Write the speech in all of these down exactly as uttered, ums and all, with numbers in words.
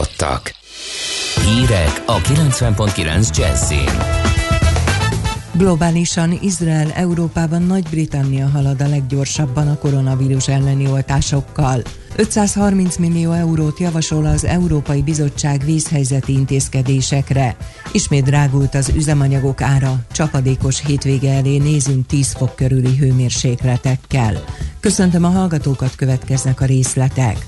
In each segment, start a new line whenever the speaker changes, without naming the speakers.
hallottak. Hírek a kilencven pont kilenc Jazzin.
Globálisan Izrael Európában Nagy-Britannia halad a leggyorsabban a koronavírus elleni oltásokkal. ötszázharminc millió eurót javasol az Európai Bizottság vészhelyzeti intézkedésekre. Ismét drágult az üzemanyagok ára, csapadékos hétvége elé nézünk tíz fok körüli hőmérsékletekkel. Köszöntöm a hallgatókat, következnek a részletek.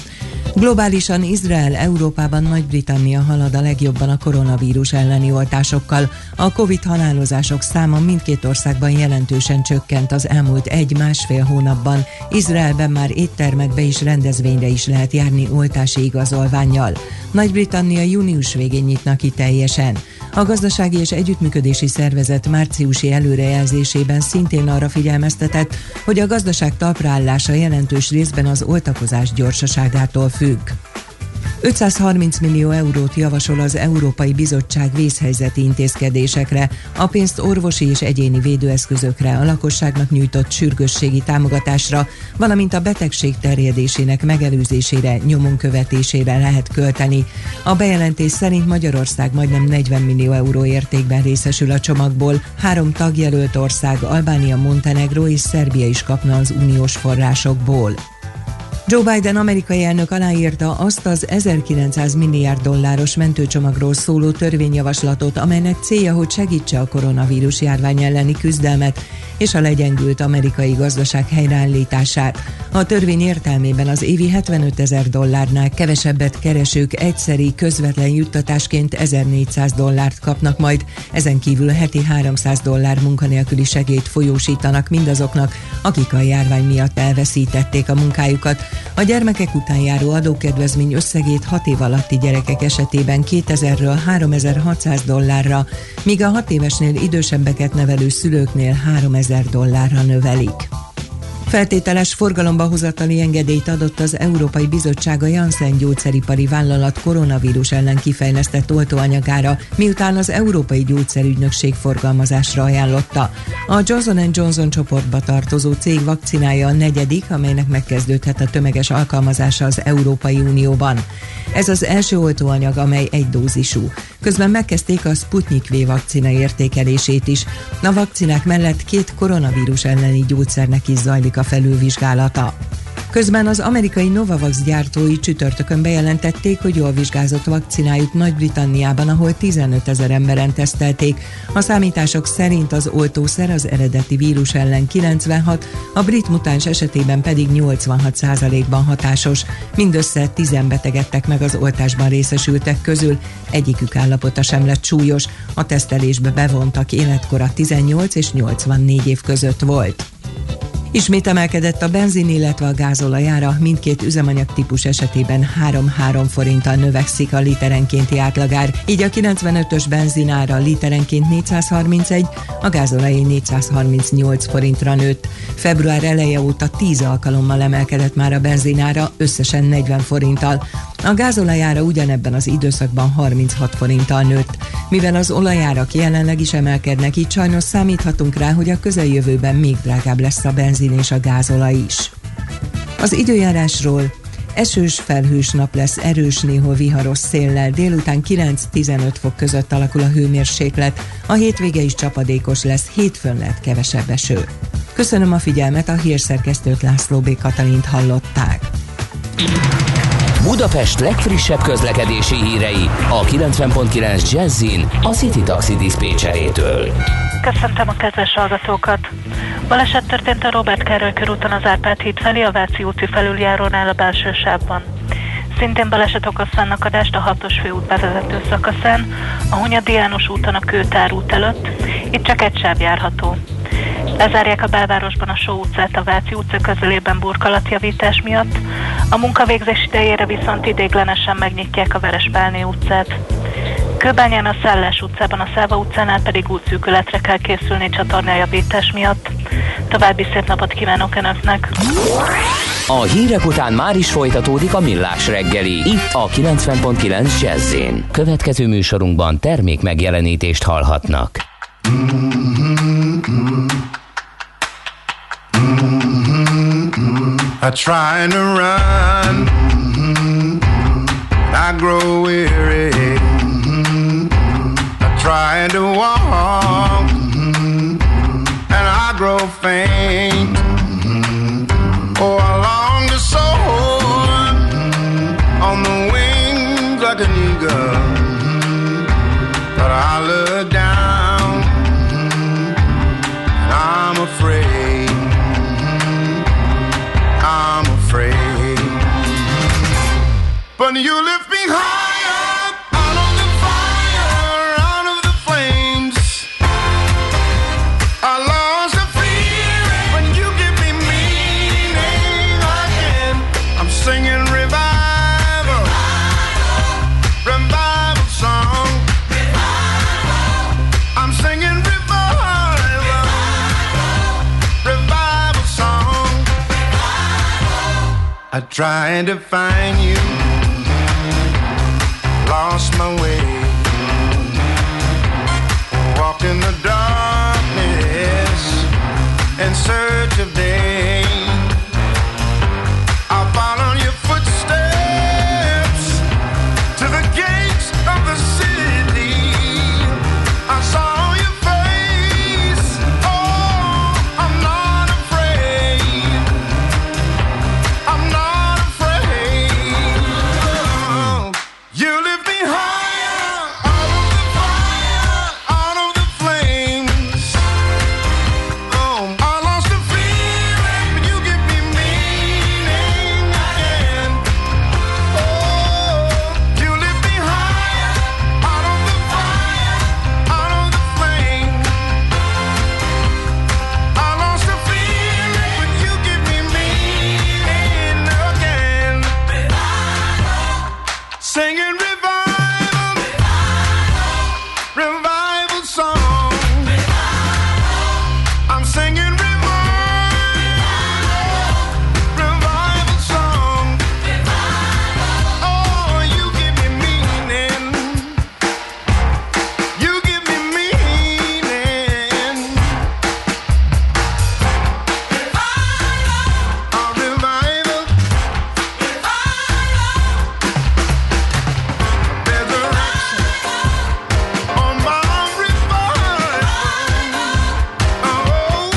Globálisan Izrael Európában Nagy-Britannia halad a legjobban a koronavírus elleni oltásokkal. A Covid halálozások száma mindkét országban jelentősen csökkent az elmúlt egy-másfél hónapban. Izraelben már éttermekbe és rendezvényre is lehet járni oltási igazolvánnyal. Nagy-Britannia június végén nyitna ki teljesen. A Gazdasági és Együttműködési Szervezet márciusi előrejelzésében szintén arra figyelmeztetett, hogy a gazdaság talpraállása jelentős részben az oltakozás gyorsaságától függ. ötszázharminc millió eurót javasol az Európai Bizottság vészhelyzeti intézkedésekre, a pénzt orvosi és egyéni védőeszközökre, a lakosságnak nyújtott sürgősségi támogatásra, valamint a betegség terjedésének megelőzésére, nyomon követésére lehet költeni. A bejelentés szerint Magyarország majdnem negyven millió euró értékben részesül a csomagból, három tagjelölt ország, Albánia, Montenegró és Szerbia is kapna az uniós forrásokból. Joe Biden amerikai elnök aláírta azt az ezerkilencszáz milliárd dolláros mentőcsomagról szóló törvényjavaslatot, amelynek célja, hogy segítse a koronavírus járvány elleni küzdelmet és a legyengült amerikai gazdaság helyreállítását. A törvény értelmében az évi hetvenöt ezer dollárnál kevesebbet keresők egyszeri közvetlen juttatásként ezernégyszáz dollárt kapnak majd, ezen kívül heti háromszáz dollár munkanélküli segélyt folyósítanak mindazoknak, akik a járvány miatt elveszítették a munkájukat. A gyermekek után járó adókedvezmény összegét hat év alatti gyerekek esetében kétezerről háromezer-hatszáz dollárra, míg a hat évesnél idősebbeket nevelő szülőknél háromezer dollárra növelik. Feltételes forgalomba hozatali engedélyt adott az Európai Bizottság a Janssen gyógyszeripari vállalat koronavírus ellen kifejlesztett oltóanyagára, miután az Európai Gyógyszerügynökség forgalmazásra ajánlotta. A Johnson and Johnson csoportba tartozó cég vakcinája a negyedik, amelynek megkezdődhet a tömeges alkalmazása az Európai Unióban. Ez az első oltóanyag, amely egy dózisú. Közben megkezdték a Sputnik V vakcina értékelését is. A vakcinák mellett két koronavírus elleni gyógyszernek is zajlik a felülvizsgálata. Közben az amerikai Novavax gyártói csütörtökön bejelentették, hogy jól vizsgázott vakcinájuk Nagy-Britanniában, ahol tizenöt ezer emberen tesztelték. A számítások szerint az oltószer az eredeti vírus ellen kilencvenhat, a brit mutáns esetében pedig nyolcvanhat százalékban hatásos. Mindössze tízen betegedtek meg az oltásban részesültek közül, egyikük állapota sem lett súlyos. A tesztelésbe bevontak életkora tizennyolc és nyolcvannégy év között volt. Ismét emelkedett a benzin, illetve a gázolaj ára, mindkét üzemanyag típus esetében három-három forinttal növekszik a literenkénti átlagár, így a kilencvenötös benzinára literenként négyszázharmincegy, a gázolajé négyszázharmincnyolc forintra nőtt. Február eleje óta tíz alkalommal emelkedett már a benzinára, összesen negyven forinttal. A gázolajára ugyanebben az időszakban harminchat forinttal nőtt. Mivel az olajárak jelenleg is emelkednek, így sajnos számíthatunk rá, hogy a közeljövőben még drágább lesz a benzin és a gázolaj is. Az időjárásról: esős, felhős nap lesz, erős, néhol viharos széllel, délután kilenc-tizenöt fok között alakul a hőmérséklet, a hétvége is csapadékos lesz, hétfőn lehet kevesebb eső. Köszönöm a figyelmet, a hírszerkesztőt, László B. Katalint hallották.
Budapest legfrissebb közlekedési hírei a kilencven pont kilenc Jazzin a City Taxi diszpécserétől.
Köszöntöm a kedves hallgatókat! Baleset történt a Róbert Károly körúton az Árpád híd felé a Váci úti felüljárónál a belső sávban. Szintén baleset okoz fennakadást a hatos főút bevezető szakaszán, a Hunyadi János úton a Kőtár út előtt, itt csak egy sáv járható. Lezárják a belvárosban a Só utcát a Váci utca közelében burkolatjavítás miatt, a munkavégzés idejére viszont idéglenesen megnyitják a Verespálné utcát. Kőbányán a Szállás utcában, a Száva utcánál pedig útszűkületre kell készülni csatornájavítás miatt. További szép napot kívánok Önöknek!
A hírek után már is folytatódik a Millás reggeli, itt a kilencven pont kilenc Jazz-én. Következő műsorunkban termék megjelenítést hallhatnak.
I'm trying to run, I grow weary, mm-hmm. trying to walk, mm-hmm. and I grow faint. Mm-hmm. Oh, I long to soar, mm-hmm. on the wings like an eagle, mm-hmm. but I look down, mm-hmm. and I'm afraid, mm-hmm. I'm afraid. But you lift me higher, out of the fire, out of the flames. I lost the fear when you give me meaning again. I'm singing revival, revival song. I'm singing revival, revival song. I tried to find you, lost my way, walked in the darkness in search of day. I followed your footsteps to the gates of the city. I saw your face. Oh, I'm not afraid. I'm not afraid. Oh, you lift me higher, out of the fire, out of the flames. Oh, I lost the feeling, but you give me meaning again. Oh, you lift me higher, out of the fire, out of the flames. I lost the feeling, but you give me meaning again. Singing revival, revival song. I'm singing revival, revival song. Oh, you give me meaning. You give me meaning. A revival, resurrection on my revival. Oh, oh,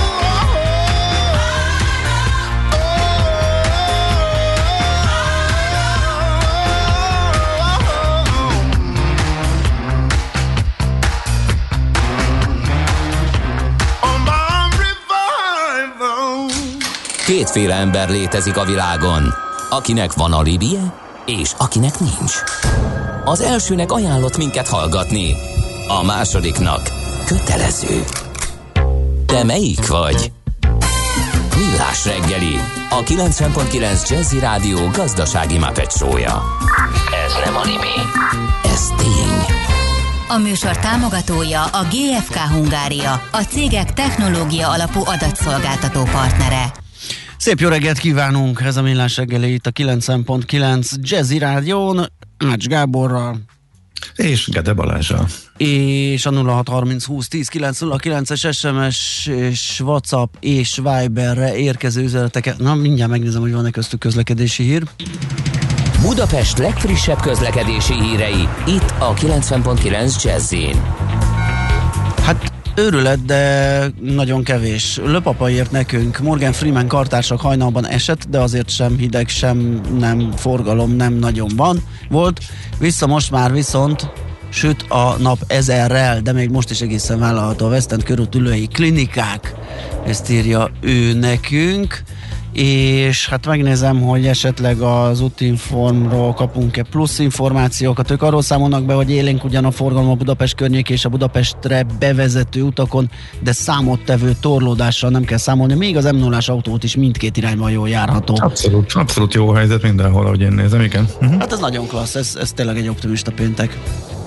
oh, on my revival.
Kétféle ember létezik a világon, akinek van alibije, és akinek nincs. Az elsőnek ajánlott minket hallgatni, a másodiknak kötelező. Te melyik vagy? Millás reggeli, a kilencven pont kilenc Jazzy Rádió gazdasági Muppet show-ja. Ez nem anime, ez tény.
A műsor támogatója a gé ef ká Hungária, a cégek technológia alapú adatszolgáltató partnere.
Szép jó reggelt kívánunk, ez a Millás reggeli itt a kilencven pont kilenc Jazzy Rádión, Ács Gáborral.
És Gede Balázsa.
És a nulla hat harminc húsz tíz kilenc nulla kilences es em es és WhatsApp és Viberre érkező üzeneteket. Na, mindjárt megnézem, hogy van-e köztük közlekedési hír.
Budapest legfrissebb közlekedési hírei, itt a kilencven pont kilenc Jazzyn.
Hát őrület, de nagyon kevés. Löpapa írt nekünk, Morgan Freeman kartársak hajnalban esett, de azért sem hideg, sem nem forgalom nem nagyon van. Volt, vissza most már viszont süt a nap ezerrel, de még most is egészen vállalható a West End körút ülői klinikák. Ezt írja ő nekünk. És hát megnézem, hogy esetleg az Útinformról kapunk-e plusz információkat. Ők arról számolnak be, hogy élénk ugyan a forgalom a Budapest környék és a Budapestre bevezető utakon, de számottevő torlódással nem kell számolni. Még az em nullás autót is mindkét irányban jól járható.
Abszolút, abszolút jó helyzet mindenhol, ahogy én nézem, igen. Uh-huh.
Hát ez nagyon klassz, ez, ez tényleg egy optimista péntek.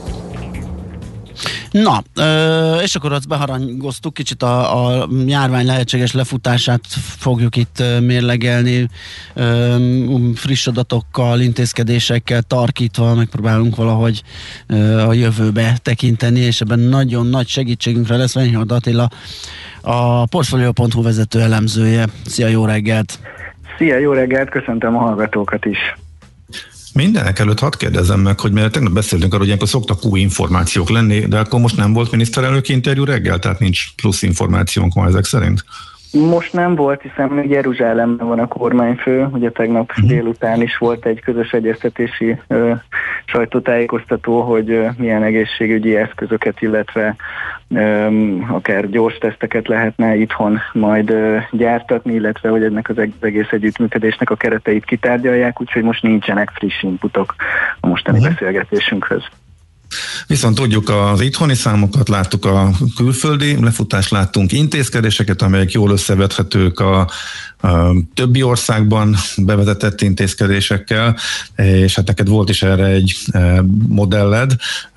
Na, és akkor azt beharangoztuk, kicsit a, a járvány lehetséges lefutását fogjuk itt mérlegelni, friss adatokkal, intézkedésekkel tarkítva megpróbálunk valahogy a jövőbe tekinteni, és ebben nagyon nagy segítségünkre lesz Venyhard Attila, a Portfolio pont hu vezető elemzője. Szia, jó reggelt!
Szia, jó reggelt, köszöntöm a hallgatókat is!
Mindenek előtt hadd kérdezzem meg, hogy mert tegnap beszéltünk arról, hogy ilyenkor szoktak új információk lenni, de akkor most nem volt miniszterelnök interjú reggel, tehát nincs plusz információnk ma ezek szerint?
Most nem volt, hiszen még Jeruzsálemben van a kormányfő, ugye tegnap uh-huh. délután is volt egy közös egyeztetési ö, sajtótájékoztató, hogy ö, milyen egészségügyi eszközöket, illetve ö, akár gyors teszteket lehetne itthon majd ö, gyártatni, illetve hogy ennek az egész együttműködésnek a kereteit kitárgyalják, úgyhogy most nincsenek friss inputok a mostani uh-huh. beszélgetésünkhöz.
Viszont tudjuk az itthoni számokat, láttuk a külföldi lefutást, láttunk intézkedéseket, amelyek jól összevethetők a, a többi országban bevezetett intézkedésekkel, és hát neked volt is erre egy modelled.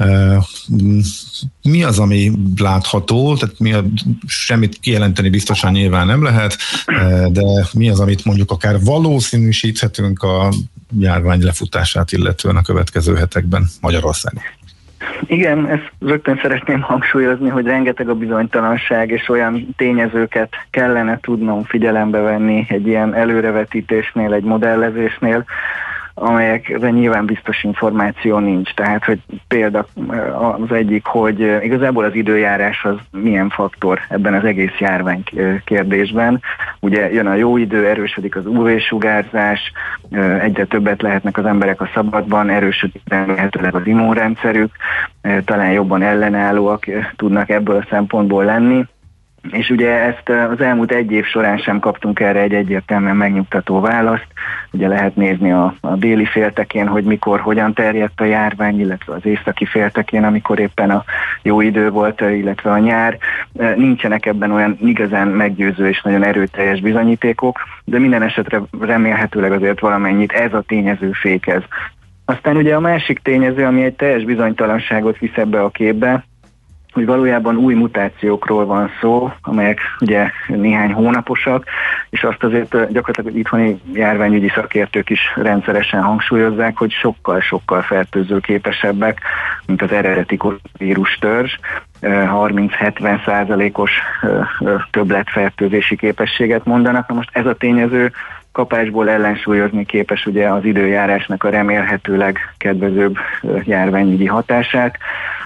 Mi az, ami látható? Tehát mi a, semmit kijelenteni biztosan nyilván nem lehet, de mi az, amit mondjuk akár valószínűsíthetünk a járvány lefutását illetően a következő hetekben Magyarországon?
Igen, ezt rögtön szeretném hangsúlyozni, hogy rengeteg a bizonytalanság, és olyan tényezőket kellene tudnom figyelembe venni egy ilyen előrevetítésnél, egy modellezésnél, amelyekre nyilván biztos információ nincs. Tehát, hogy például az egyik, hogy igazából az időjárás az milyen faktor ebben az egész járvány kérdésben. Ugye jön a jó idő, erősödik az ú vé-sugárzás, egyre többet lehetnek az emberek a szabadban, erősödik remélhetőleg az immunrendszerük, talán jobban ellenállóak tudnak ebből a szempontból lenni. És ugye ezt az elmúlt egy év során sem kaptunk erre egy egyértelműen megnyugtató választ. Ugye lehet nézni a, a déli féltekén, hogy mikor, hogyan terjedt a járvány, illetve az északi féltekén, amikor éppen a jó idő volt, illetve a nyár. Nincsenek ebben olyan igazán meggyőző és nagyon erőteljes bizonyítékok, de minden esetre remélhetőleg azért valamennyit ez a tényező fékez. Aztán ugye a másik tényező, ami egy teljes bizonytalanságot visz ebbe a képbe, hogy valójában új mutációkról van szó, amelyek ugye néhány hónaposak, és azt azért gyakorlatilag itthoni járványügyi szakértők is rendszeresen hangsúlyozzák, hogy sokkal-sokkal fertőzőképesebbek, mint az eredeti koronavírus törzs. harminc-hetven százalékos többletfertőzési képességet mondanak. Na most ez a tényező kapásból ellensúlyozni képes ugye az időjárásnak a remélhetőleg kedvezőbb járványügyi hatását.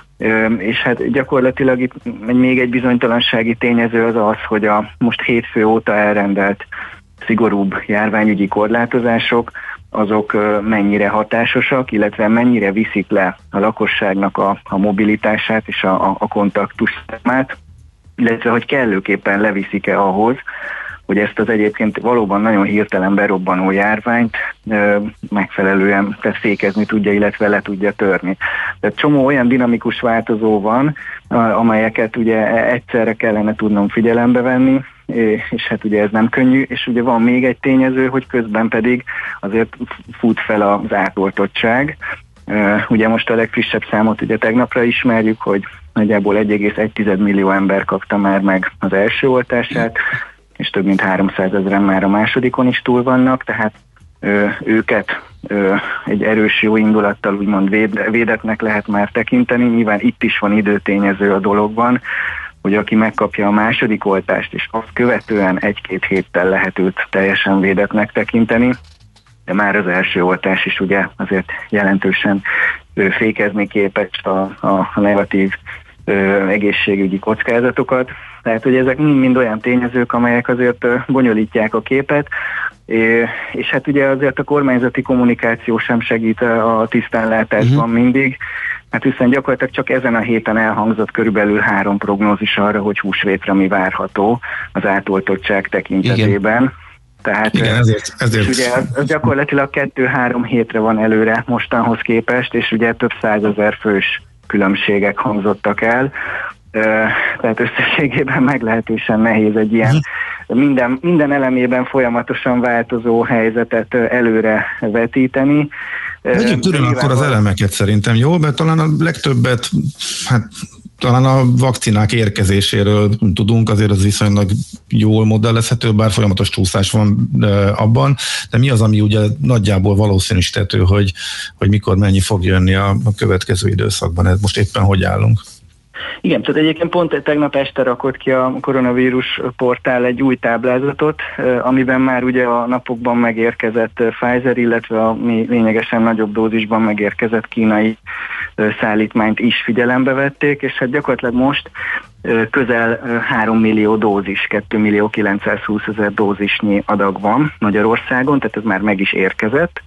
És hát gyakorlatilag itt még egy bizonytalansági tényező az az, hogy a most hétfő óta elrendelt szigorúbb járványügyi korlátozások, azok mennyire hatásosak, illetve mennyire viszik le a lakosságnak a, a mobilitását és a, a kontaktusszámát, illetve hogy kellőképpen leviszik-e ahhoz, hogy ezt az egyébként valóban nagyon hirtelen berobbanó járványt ö, megfelelően tehát fékezni tudja, illetve le tudja törni. Tehát csomó olyan dinamikus változó van, amelyeket ugye egyszerre kellene tudnom figyelembe venni, és hát ugye ez nem könnyű, és ugye van még egy tényező, hogy közben pedig azért fut fel az átoltottság. Ugye most a legfrissebb számot ugye tegnapra ismerjük, hogy nagyjából egy egész egy millió ember kapta már meg az első oltását, és több mint háromszázezren már a másodikon is túl vannak, tehát ö, őket ö, egy erős jó indulattal úgymond véd, védetnek lehet már tekinteni. Nyilván itt is van időtényező a dologban, hogy aki megkapja a második oltást, és azt követően egy-két héttel lehet őt teljesen védetnek tekinteni, de már az első oltás is ugye azért jelentősen ö, fékezni képes a, a, a negatív ö, egészségügyi kockázatokat. Tehát, hogy ezek mind-mind olyan tényezők, amelyek azért bonyolítják a képet, és hát ugye azért a kormányzati kommunikáció sem segít a tisztánlátásban uh-huh. mindig, hát hiszen gyakorlatilag csak ezen a héten elhangzott körülbelül három prognózis arra, hogy húsvétra mi várható az átoltottság tekintetében. Igen. Tehát,
Igen, ezért, ezért.
És ugye az, az gyakorlatilag kettő-három hétre van előre mostanhoz képest, és ugye több százezer fős különbségek hangzottak el. Tehát összességében meglehetősen nehéz egy ilyen minden, minden elemében folyamatosan változó helyzetet előre vetíteni.
Vegyük külön akkor az elemeket szerintem, jó? Mert talán a legtöbbet, hát talán a vakcinák érkezéséről tudunk, azért az viszonylag jól modellezhető, bár folyamatos csúszás van abban, de mi az, ami ugye nagyjából valószínűsítető, hogy, hogy mikor mennyi fog jönni a, a következő időszakban? Ez most éppen hogy állunk?
Igen, tehát egyébként pont tegnap este rakott ki a koronavírus portál egy új táblázatot, amiben már ugye a napokban megérkezett Pfizer, illetve a lényegesen nagyobb dózisban megérkezett kínai szállítmányt is figyelembe vették, és hát gyakorlatilag most közel három millió dózis, két millió kilencszázhúszezer dózisnyi adag van Magyarországon, tehát ez már meg is érkezett,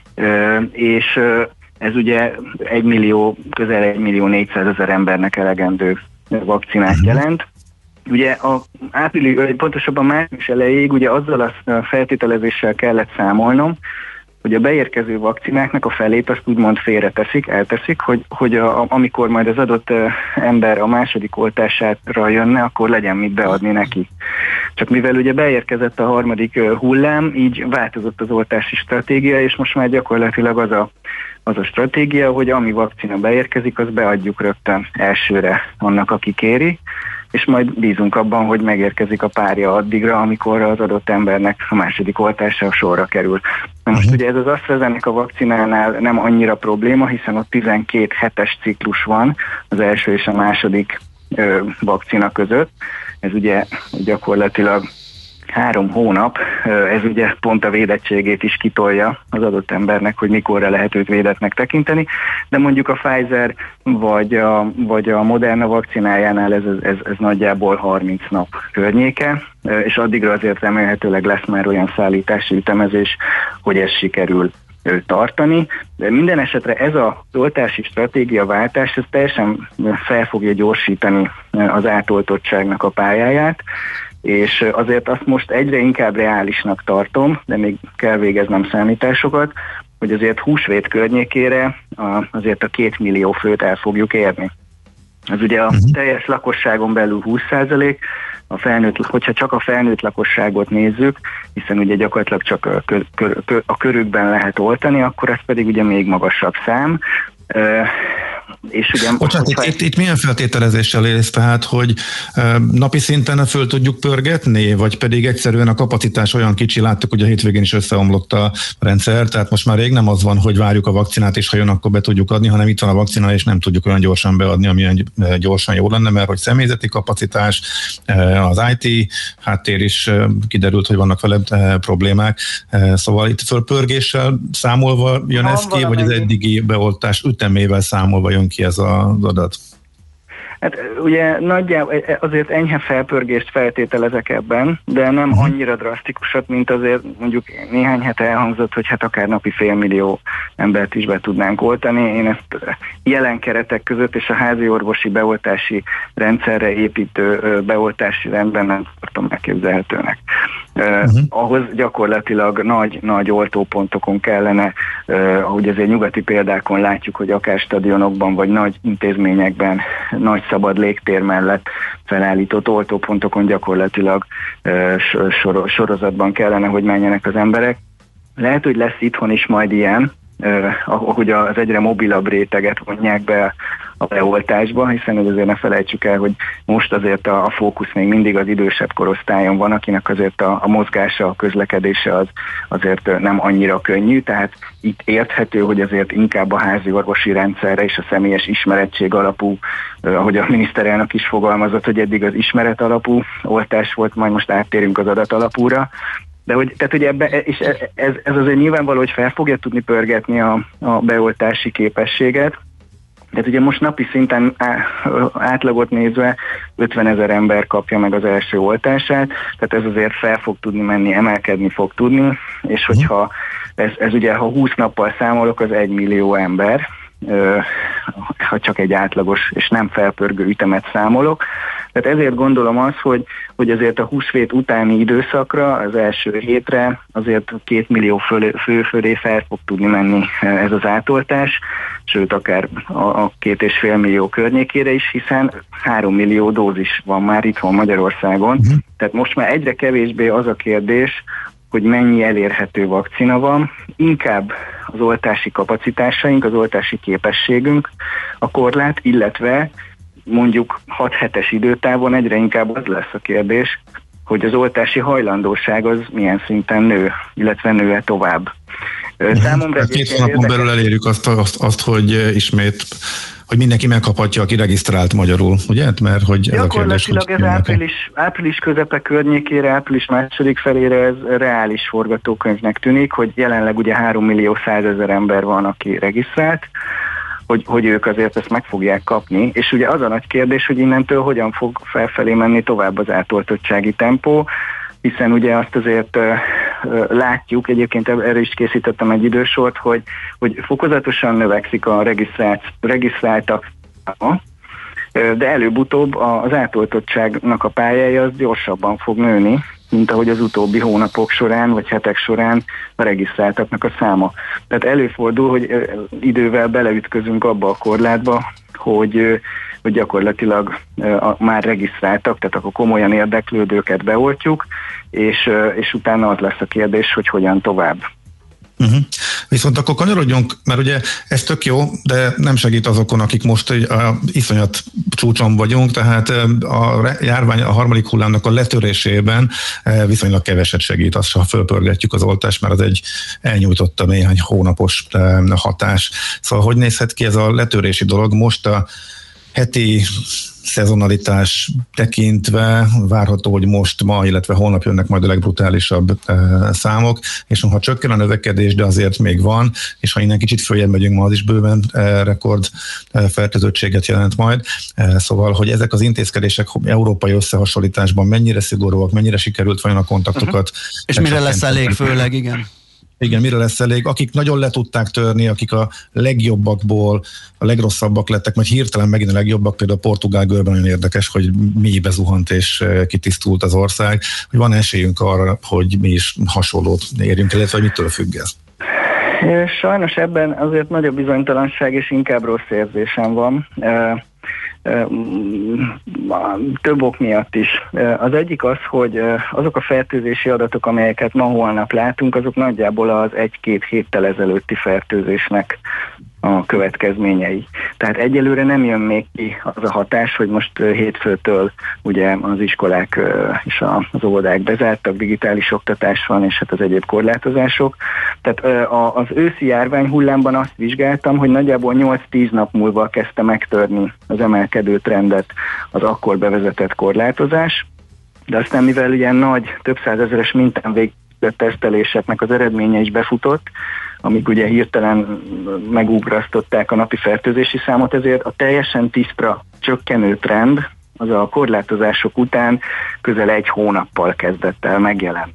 és ez ugye egy millió, közel egy millió négyszázezer embernek elegendő vakcinát jelent. Ugye a április, pontosabban március elejéig ugye azzal a feltételezéssel kellett számolnom, hogy a beérkező vakcináknak a felét azt úgymond félreteszik, elteszik, hogy, hogy a, amikor majd az adott ember a második oltására jönne, akkor legyen mit beadni neki. Csak mivel ugye beérkezett a harmadik hullám, így változott az oltási stratégia, és most már gyakorlatilag az a, az a stratégia, hogy ami vakcina beérkezik, az beadjuk rögtön elsőre annak, aki kéri, és majd bízunk abban, hogy megérkezik a párja addigra, amikor az adott embernek a második oltása sorra kerül. Na most ugye ez az AstraZeneca vakcinánál nem annyira probléma, hiszen ott tizenkét hetes ciklus van az első és a második ö, vakcina között. Ez ugye gyakorlatilag három hónap, ez ugye pont a védettségét is kitolja az adott embernek, hogy mikorra lehet őt védettnek tekinteni, de mondjuk a Pfizer vagy a, vagy a Moderna vakcinájánál ez, ez, ez nagyjából harminc nap környéke, és addigra azért remélhetőleg lesz már olyan szállítási ütemezés, hogy ez sikerül tartani. De minden esetre ez a oltási stratégiaváltás, ez teljesen fel fogja gyorsítani az átoltottságnak a pályáját, és azért azt most egyre inkább reálisnak tartom, de még kell végeznem számításokat, hogy azért húsvét környékére a, azért a két millió főt el fogjuk érni. Ez ugye a teljes lakosságon belül húsz százalék, a felnőtt, hogyha csak a felnőtt lakosságot nézzük, hiszen ugye gyakorlatilag csak a, kör, kör, a körükben lehet oltani, akkor ez pedig ugye még magasabb szám. És ugye,
Bocsánat, itt, itt, itt milyen feltételezéssel élsz, tehát, hogy e, napi szinten föl tudjuk pörgetni, vagy pedig egyszerűen a kapacitás olyan kicsi, láttuk, hogy a hétvégén is összeomlott a rendszer, tehát most már rég nem az van, hogy várjuk a vakcinát, és ha jön, akkor be tudjuk adni, hanem itt van a vakcina, és nem tudjuk olyan gyorsan beadni, amilyen gyorsan jó lenne, mert hogy személyzeti kapacitás, az i té háttér is kiderült, hogy vannak vele problémák, szóval itt fölpörgéssel számolva jön ez ki, vagy az eddigi beoltás ütemével számolva jön ki ez az adat?
Hát ugye nagyjából azért enyhe felpörgést feltételezek ebben, de nem annyira drasztikusat, mint azért mondjuk néhány hete elhangzott, hogy hát akár napi félmillió embert is be tudnánk oltani. Én ezt jelen keretek között és a házi orvosi beoltási rendszerre építő beoltási rendben nem tartom elképzelhetőnek. Uh-huh. Ahhoz gyakorlatilag nagy, nagy oltópontokon kellene, uh, ahogy azért nyugati példákon látjuk, hogy akár stadionokban vagy nagy intézményekben, nagy szabad légtér mellett felállított oltópontokon gyakorlatilag uh, sor, sorozatban kellene, hogy menjenek az emberek. Lehet, hogy lesz itthon is majd ilyen, uh, ahogy az egyre mobilabb réteget vonják be a beoltásba, hiszen azért ne felejtsük el, hogy most azért a, a fókusz még mindig az idősebb korosztályon van, akinek azért a, a mozgása, a közlekedése az azért nem annyira könnyű, tehát itt érthető, hogy azért inkább a házi orvosi rendszerre és a személyes ismerettség alapú, ahogy a miniszterelnök is fogalmazott, hogy eddig az ismeret alapú oltás volt, majd most áttérünk az adat alapúra. De hogy, tehát, hogy ebbe, és ez, ez azért nyilvánvaló, hogy fel fogja tudni pörgetni a, a beoltási képességet. Tehát ugye most napi szinten átlagot nézve ötvenezer ember kapja meg az első oltását, tehát ez azért fel fog tudni menni, emelkedni fog tudni, és hogyha ez, ez ugye, ha húsz nappal számolok, az egy millió ember, ha csak egy átlagos és nem felpörgő ütemet számolok. Tehát ezért gondolom azt, hogy, hogy azért a húsvét utáni időszakra, az első hétre azért két millió fő, fő fölé fel fog tudni menni ez az átoltás, sőt akár a, a két és fél millió környékére is, hiszen három millió dózis van már itthon Magyarországon. Uh-huh. Tehát most már egyre kevésbé az a kérdés, hogy mennyi elérhető vakcina van, inkább az oltási kapacitásaink, az oltási képességünk a korlát, illetve mondjuk hat hetes időtávon egyre inkább az lesz a kérdés, hogy az oltási hajlandóság az milyen szinten nő, illetve nő-e tovább. Számomra
hát két hónapon belül elérjük azt, azt, azt, hogy ismét hogy mindenki megkaphatja, aki regisztrált magyarul, ugye? Mert hogy ez a kérdés,
gyakorlatilag ez április, április közepe környékére, április második felére ez reális forgatókönyvnek tűnik, hogy jelenleg ugye három millió százezer ember van, aki regisztrált, hogy, hogy ők azért ezt meg fogják kapni, és ugye az a nagy kérdés, hogy innentől hogyan fog felfelé menni tovább az átoltottsági tempó, hiszen ugye azt azért uh, uh, látjuk, egyébként erre is készítettem egy idősort, hogy, hogy fokozatosan növekszik a regisztrált, regisztráltak száma, uh, de előbb-utóbb az átoltottságnak a pályája az gyorsabban fog nőni, mint ahogy az utóbbi hónapok során, vagy hetek során a regisztráltaknak a száma. Tehát előfordul, hogy uh, idővel beleütközünk abba a korlátba, hogy uh, hogy gyakorlatilag uh, már regisztráltak, tehát akkor komolyan érdeklődőket beoltjuk, és, uh, és utána az lesz a kérdés, hogy hogyan tovább.
Uh-huh. Viszont akkor kanyarodjunk, mert ugye ez tök jó, de nem segít azokon, akik most a iszonyat csúcson vagyunk, tehát a járvány a harmadik hullámnak a letörésében viszonylag keveset segít, azt, ha fölpörgetjük az oltást, mert az egy elnyújtotta néhány hónapos hatás. Szóval hogy nézhet ki ez a letörési dolog most a heti szezonalitás tekintve várható, hogy most, ma, illetve holnap jönnek majd a legbrutálisabb e, számok, és ha csökken a növekedés, de azért még van, és ha innen kicsit följebb megyünk, ma az is bőven e, rekord e, fertőzöttséget jelent majd. E, szóval, hogy ezek az intézkedések európai összehasonlításban mennyire szigorúak, mennyire sikerült vajon a kontaktokat. Uh-huh.
És mire lesz elég főleg, igen.
Igen, mire lesz elég. Akik nagyon le tudták törni, akik a legjobbakból a legrosszabbak lettek, majd hirtelen megint a legjobbak, például a portugál görben nagyon érdekes, hogy mélybe zuhant és kitisztult az ország, hogy van esélyünk arra, hogy mi is hasonlót érjünk, illetve hogy mitől függ ez?
Sajnos ebben azért nagyobb bizonytalanság és inkább rossz érzésem van. Több ok miatt is. Az egyik az, hogy azok a fertőzési adatok, amelyeket ma-holnap látunk, azok nagyjából az egy-két héttel ezelőtti fertőzésnek a következményei. Tehát egyelőre nem jön még ki az a hatás, hogy most hétfőtől ugye az iskolák és az óvodák bezártak, digitális oktatás van, és hát az egyéb korlátozások. Tehát az őszi járványhullámban azt vizsgáltam, hogy nagyjából nyolc-tíz nap múlva kezdte megtörni az emelkedő trendet az akkor bevezetett korlátozás, de aztán mivel ilyen nagy, több százezeres mintán végzett teszteléseknek az eredménye is befutott, amik ugye hirtelen megugrasztották a napi fertőzési számot, ezért a teljesen tisztra csökkenő trend az a korlátozások után közel egy hónappal kezdett el megjelenni.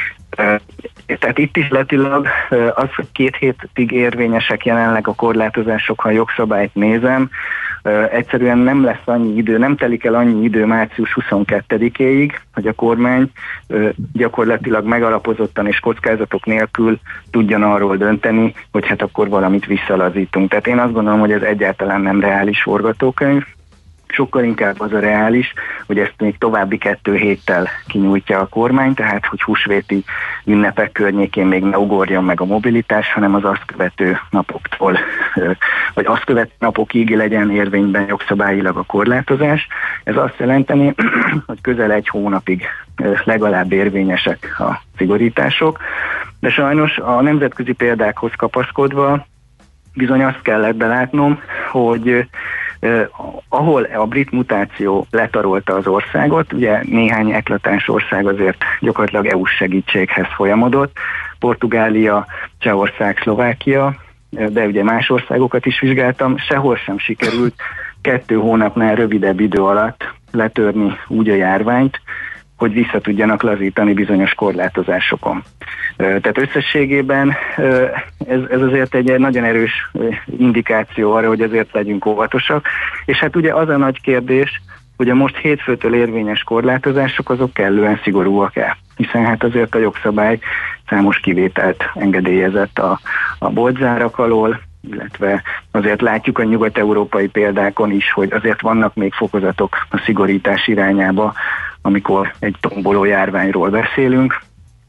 Tehát itt is letilag az, hogy két hétig érvényesek jelenleg a korlátozások, ha a jogszabályt nézem, egyszerűen nem lesz annyi idő, nem telik el annyi idő március huszonkettedikéig, hogy a kormány gyakorlatilag megalapozottan és kockázatok nélkül tudjon arról dönteni, hogy hát akkor valamit visszalazítunk. Tehát én azt gondolom, hogy ez egyáltalán nem reális forgatókönyv, sokkal inkább az a reális, hogy ezt még további kettő héttel kinyújtja a kormány, tehát hogy húsvéti ünnepek környékén még ne ugorjon meg a mobilitás, hanem az azt követő napoktól, vagy azt követő napokig legyen érvényben jogszabályilag a korlátozás. Ez azt jelenteni, hogy közel egy hónapig legalább érvényesek a szigorítások, de sajnos a nemzetközi példákhoz kapaszkodva bizony azt kellett belátnom, hogy Uh, ahol a brit mutáció letarolta az országot, ugye néhány eklatáns ország azért gyakorlatilag é u-s segítséghez folyamodott, Portugália, Csehország, Szlovákia, de ugye más országokat is vizsgáltam, sehol sem sikerült kettő hónapnál rövidebb idő alatt letörni úgy a járványt, hogy vissza tudjanak lazítani bizonyos korlátozásokon. Tehát összességében ez, ez azért egy nagyon erős indikáció arra, hogy azért legyünk óvatosak. És hát ugye az a nagy kérdés, hogy a most hétfőtől érvényes korlátozások azok kellően szigorúak-e. Hiszen hát azért a jogszabály számos kivételt engedélyezett a, a boltzárak alól, illetve azért látjuk a nyugat-európai példákon is, hogy azért vannak még fokozatok a szigorítás irányába, amikor egy tomboló járványról beszélünk.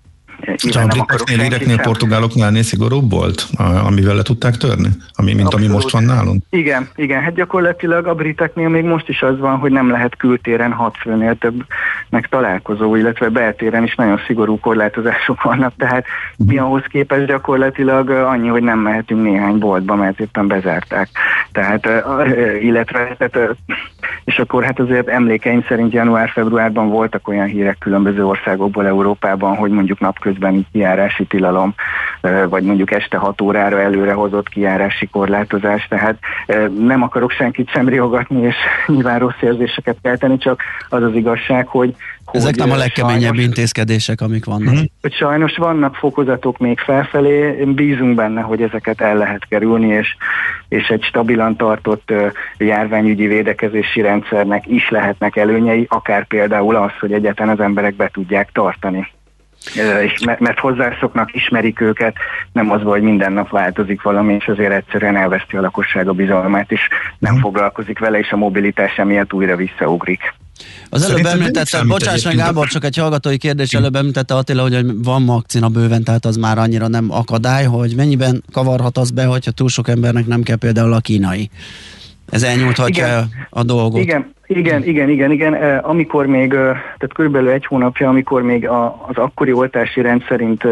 Csak a briteknél, íreknél, portugáloknál ennél szigorúbb volt, amivel le tudták törni? Ami, mint Abszolút. Ami most van nálunk?
Igen, igen, hát gyakorlatilag a briteknél még most is az van, hogy nem lehet kültéren hat főnél többnek találkozó, illetve beltéren is nagyon szigorú korlátozások vannak, tehát mi ahhoz képest gyakorlatilag annyi, hogy nem mehetünk néhány boltba, mert éppen bezárták. Tehát, illetve, tehát, és akkor hát azért emlékeim szerint január-februárban voltak olyan hírek különböző országokból Európában, hogy mondjuk napközben kijárási tilalom, vagy mondjuk este hat órára előre hozott kijárási korlátozás, tehát nem akarok senkit sem riogatni, és nyilván rossz érzéseket kelteni, csak az az igazság, hogy
ezek nem a legkeményebb sajnos, intézkedések, amik vannak.
Hogy sajnos vannak fokozatok még felfelé, bízunk benne, hogy ezeket el lehet kerülni, és, és egy stabilan tartott uh, járványügyi védekezési rendszernek is lehetnek előnyei, akár például az, hogy egyáltalán az emberek be tudják tartani. Uh, és mert, mert hozzászoknak, ismerik őket, nem az, hogy minden nap változik valami, és azért egyszerűen elveszti a lakosság a bizalmát, és nem hmm. foglalkozik vele, és a mobilitás emiatt újra visszaugrik.
Az előbb említette, bocsáss meg Gábor, csak egy hallgatói kérdés, előbb említette Attila, hogy van vakcina bőven, tehát az már annyira nem akadály, hogy mennyiben kavarhat az be, hogyha túl sok embernek nem kell például a kínai. Ez elnyújthatja igen, a dolgot.
Igen, igen, igen, igen, igen. Amikor még, tehát körülbelül egy hónapja, amikor még az akkori oltási rend szerint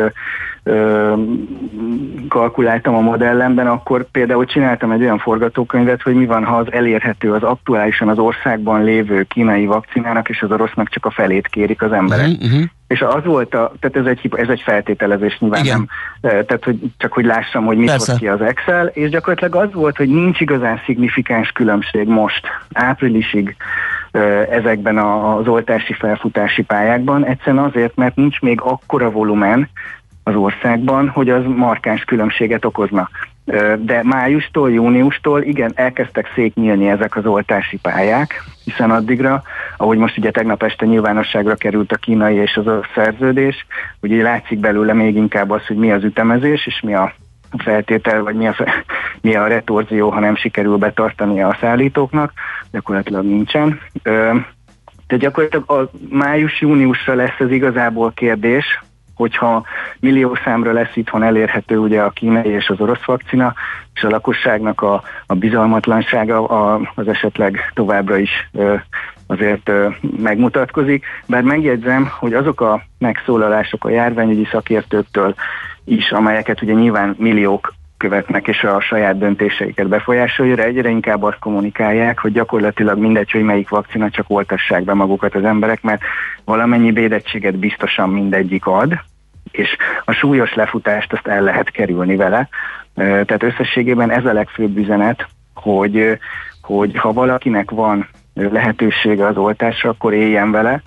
kalkuláltam a modellemben, akkor például csináltam egy olyan forgatókönyvet, hogy mi van, ha az elérhető az aktuálisan az országban lévő kínai vakcinának, és az orosznak csak a felét kérik az emberek. Uh-huh, uh-huh. És az volt a, tehát ez egy, ez egy feltételezés nyilván igen. nem, tehát hogy csak hogy lássam, hogy mit Persze. hoz ki az Excel, és gyakorlatilag az volt, hogy nincs igazán szignifikáns különbség most, áprilisig ezekben az oltási felfutási pályákban, egyszerűen azért, mert nincs még akkora volumen az országban, hogy az markáns különbséget okozna. De májustól, júniustól igen, elkezdtek szétnyílni ezek az oltási pályák, hiszen addigra, ahogy most ugye tegnap este nyilvánosságra került a kínai és az orosz szerződés, ugye látszik belőle még inkább az, hogy mi az ütemezés, és mi a feltétel, vagy mi a, fe, mi a retorzió, ha nem sikerül betartani a szállítóknak, gyakorlatilag nincsen. De gyakorlatilag a május-júniusra lesz ez igazából kérdés, hogyha millió számra lesz itthon elérhető ugye a kínai és az orosz vakcina, és a lakosságnak a, a bizalmatlansága a, az esetleg továbbra is ö, azért ö, megmutatkozik. Bár megjegyzem, hogy azok a megszólalások a járványügyi szakértőktől is, amelyeket ugye nyilván milliók követnek, és a saját döntéseiket befolyásolja, egyre inkább azt kommunikálják, hogy gyakorlatilag mindegy, hogy melyik vakcina, csak oltassák be magukat az emberek, mert valamennyi védettséget biztosan mindegyik ad, és a súlyos lefutást azt el lehet kerülni vele. Tehát összességében ez a legfőbb üzenet, hogy, hogy ha valakinek van lehetősége az oltásra, akkor éljen vele,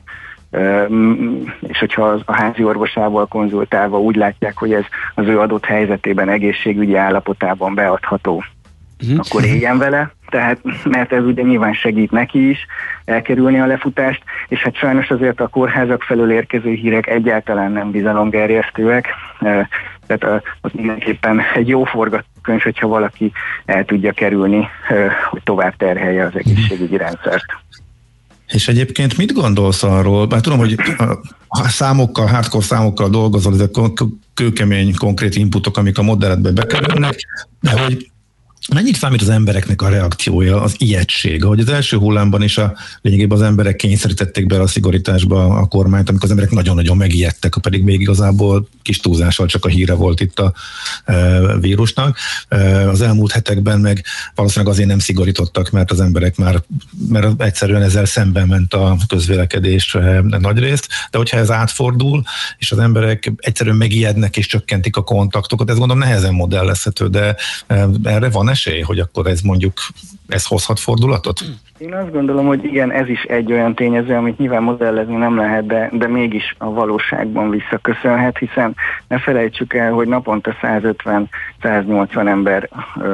és hogyha a házi orvosával konzultálva úgy látják, hogy ez az ő adott helyzetében, egészségügyi állapotában beadható, uh-huh. akkor éljen vele, tehát, mert ez ugye nyilván segít neki is elkerülni a lefutást, és hát sajnos azért a kórházak felől érkező hírek egyáltalán nem bizalomgerjesztőek, tehát az mindenképpen egy jó forgatókönyv, hogyha valaki el tudja kerülni, hogy tovább terhelje az egészségügyi rendszert.
És egyébként mit gondolsz arról, bár tudom, hogy a számokkal, hardcore számokkal dolgozol, ezek kőkemény, konkrét inputok, amik a modelletbe bekerülnek, de hogy mennyit számít az embereknek a reakciója, az ijegység? Ahogy az első hullámban is a, lényegében az emberek kényszerítették be a szigorításba a kormányt, amikor az emberek nagyon-nagyon megijedtek, pedig még igazából kis túlzással csak a híre volt itt a e, vírusnak. E, az elmúlt hetekben meg valószínűleg azért nem szigorítottak, mert az emberek már, mert egyszerűen ezzel szemben ment a közvélekedés e, nagy részt, de hogyha ez átfordul, és az emberek egyszerűen megijednek és csökkentik a kontaktokat, ez gondolom nehezen modellezhető, de e, erre van esély, hogy akkor ez mondjuk, ez hozhat fordulatot?
Én azt gondolom, hogy igen, ez is egy olyan tényező, amit nyilván modellezni nem lehet, de, de mégis a valóságban visszaköszönhet, hiszen ne felejtsük el, hogy naponta százötven-száznyolcvan ember ö,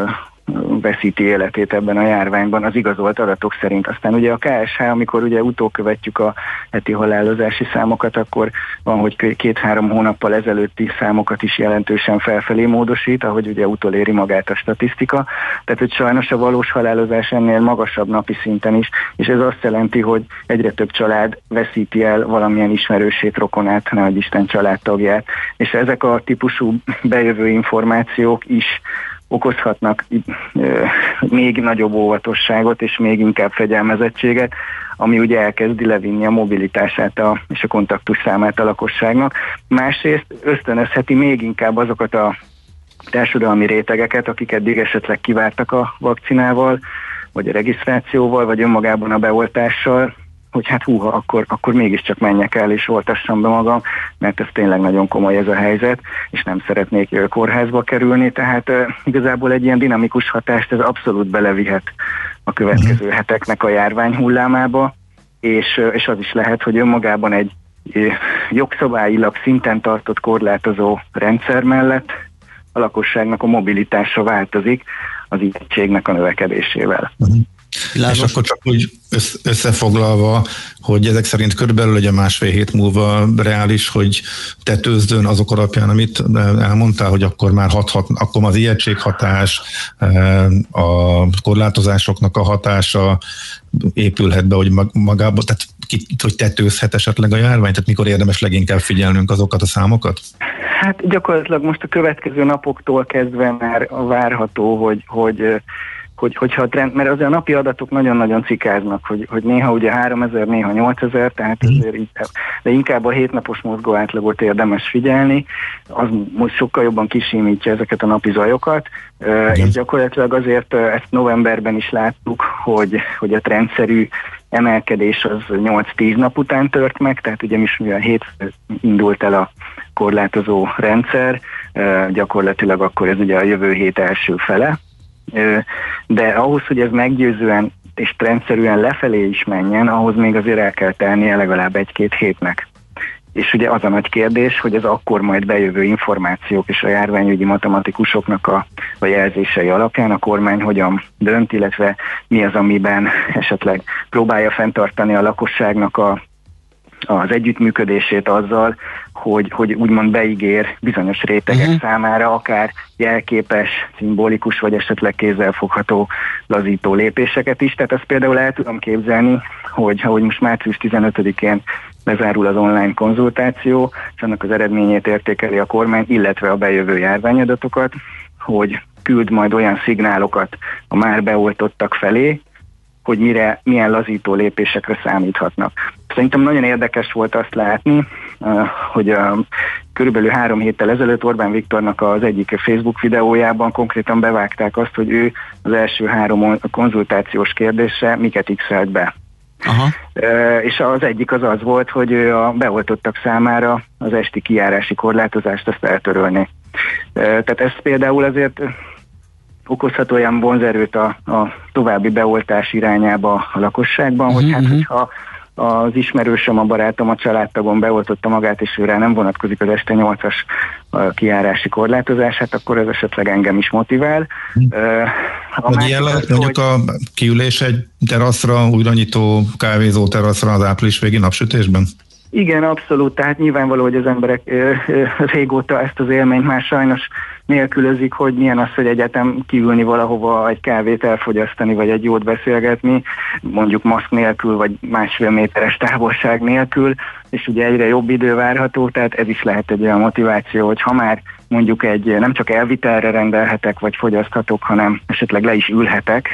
veszíti életét ebben a járványban az igazolt adatok szerint. Aztán ugye a ká es há, amikor ugye utókövetjük a heti halálozási számokat, akkor van, hogy két-három hónappal ezelőtti számokat is jelentősen felfelé módosít, ahogy ugye utoléri magát a statisztika. Tehát, hogy sajnos a valós halálozás ennél magasabb napi szinten is, és ez azt jelenti, hogy egyre több család veszíti el valamilyen ismerősét, rokonát, nehogy Isten családtagját, és ezek a típusú bejövő információk is okozhatnak ö, még nagyobb óvatosságot és még inkább fegyelmezettséget, ami ugye elkezdi levinni a mobilitását a, és a kontaktus számát a lakosságnak. Másrészt ösztönözheti még inkább azokat a társadalmi rétegeket, akik eddig esetleg kivártak a vakcinával, vagy a regisztrációval, vagy önmagában a beoltással, hogy hát húha, akkor, akkor mégiscsak menjek el és oltassam be magam, mert ez tényleg nagyon komoly ez a helyzet, és nem szeretnék kórházba kerülni, tehát uh, igazából egy ilyen dinamikus hatást ez abszolút belevihet a következő uh-huh. heteknek a járvány hullámába, és, uh, és az is lehet, hogy önmagában egy uh, jogszabályilag szinten tartott korlátozó rendszer mellett a lakosságnak a mobilitása változik az ijegységnek a növekedésével. Uh-huh.
Világos. És akkor csak úgy összefoglalva, hogy ezek szerint körülbelül ugye másfél hét múlva reális, hogy tetőzzön azok alapján, amit elmondtál, hogy akkor már hathat, akkor az ijegységhatás, a korlátozásoknak a hatása épülhet be, hogy magában, tehát hogy tetőzhet esetleg a járvány, tehát mikor érdemes leginkább figyelnünk azokat a számokat?
Hát gyakorlatilag most a következő napoktól kezdve már várható, hogy, hogy Hogy, hogyha a trend, mert azért a napi adatok nagyon-nagyon cikáznak, hogy, hogy néha ugye háromezer, néha nyolcezer, tehát azért inkább, de inkább a hétnapos mozgó átlagot érdemes figyelni, az most sokkal jobban kisímítja ezeket a napi zajokat, uh, és gyakorlatilag azért uh, ezt novemberben is láttuk, hogy, hogy a trendszerű emelkedés az nyolc-tíz nap után tört meg, tehát ugye is mivel hét indult el a korlátozó rendszer, uh, gyakorlatilag akkor ez ugye a jövő hét első fele, de ahhoz, hogy ez meggyőzően és rendszerűen lefelé is menjen, ahhoz még azért el kell telnie legalább egy-két hétnek. És ugye az a nagy kérdés, hogy ez akkor majd bejövő információk és a járványügyi matematikusoknak a, a jelzései alapján a kormány hogyan dönt, illetve mi az, amiben esetleg próbálja fenntartani a lakosságnak a az együttműködését azzal, hogy, hogy úgymond beígér bizonyos rétegek uh-huh. számára akár jelképes, szimbolikus vagy esetleg kézzelfogható lazító lépéseket is. Tehát ezt például el tudom képzelni, hogy ahogy most március tizenötödikén lezárul az online konzultáció, és annak az eredményét értékeli a kormány, illetve a bejövő járványadatokat, hogy küld majd olyan szignálokat a már beoltottak felé, hogy mire, milyen lazító lépésekre számíthatnak. Szerintem nagyon érdekes volt azt látni, hogy körülbelül három héttel ezelőtt Orbán Viktornak az egyik Facebook videójában konkrétan bevágták azt, hogy ő az első három konzultációs kérdésre miket x-elt be. Aha. És az egyik az az volt, hogy ő a beoltottak számára az esti kijárási korlátozást azt eltörölni. Tehát ez például azért okozhat olyan vonzerőt a, a további beoltás irányába a lakosságban, uh-huh. hogy hát, hogyha az ismerősöm, a barátom, a családtagom beoltotta magát, és őre nem vonatkozik az este nyolcas kijárási korlátozását, akkor ez esetleg engem is motivál. Uh-huh.
Hogy ilyen lehet mondjuk hogy... a kiülés egy teraszra, újranyitó kávézó teraszra az április végi napsütésben?
Igen, abszolút, tehát nyilvánvaló, hogy az emberek ö, ö, régóta ezt az élményt már sajnos nélkülözik, hogy milyen az, hogy egyetem kiülni valahova egy kávét elfogyasztani, vagy egy jót beszélgetni, mondjuk maszk nélkül, vagy másfél méteres távolság nélkül, és ugye egyre jobb idő várható, tehát ez is lehet egy olyan motiváció, hogy ha már mondjuk egy nem csak elvitelre rendelhetek, vagy fogyaszthatok, hanem esetleg le is ülhetek,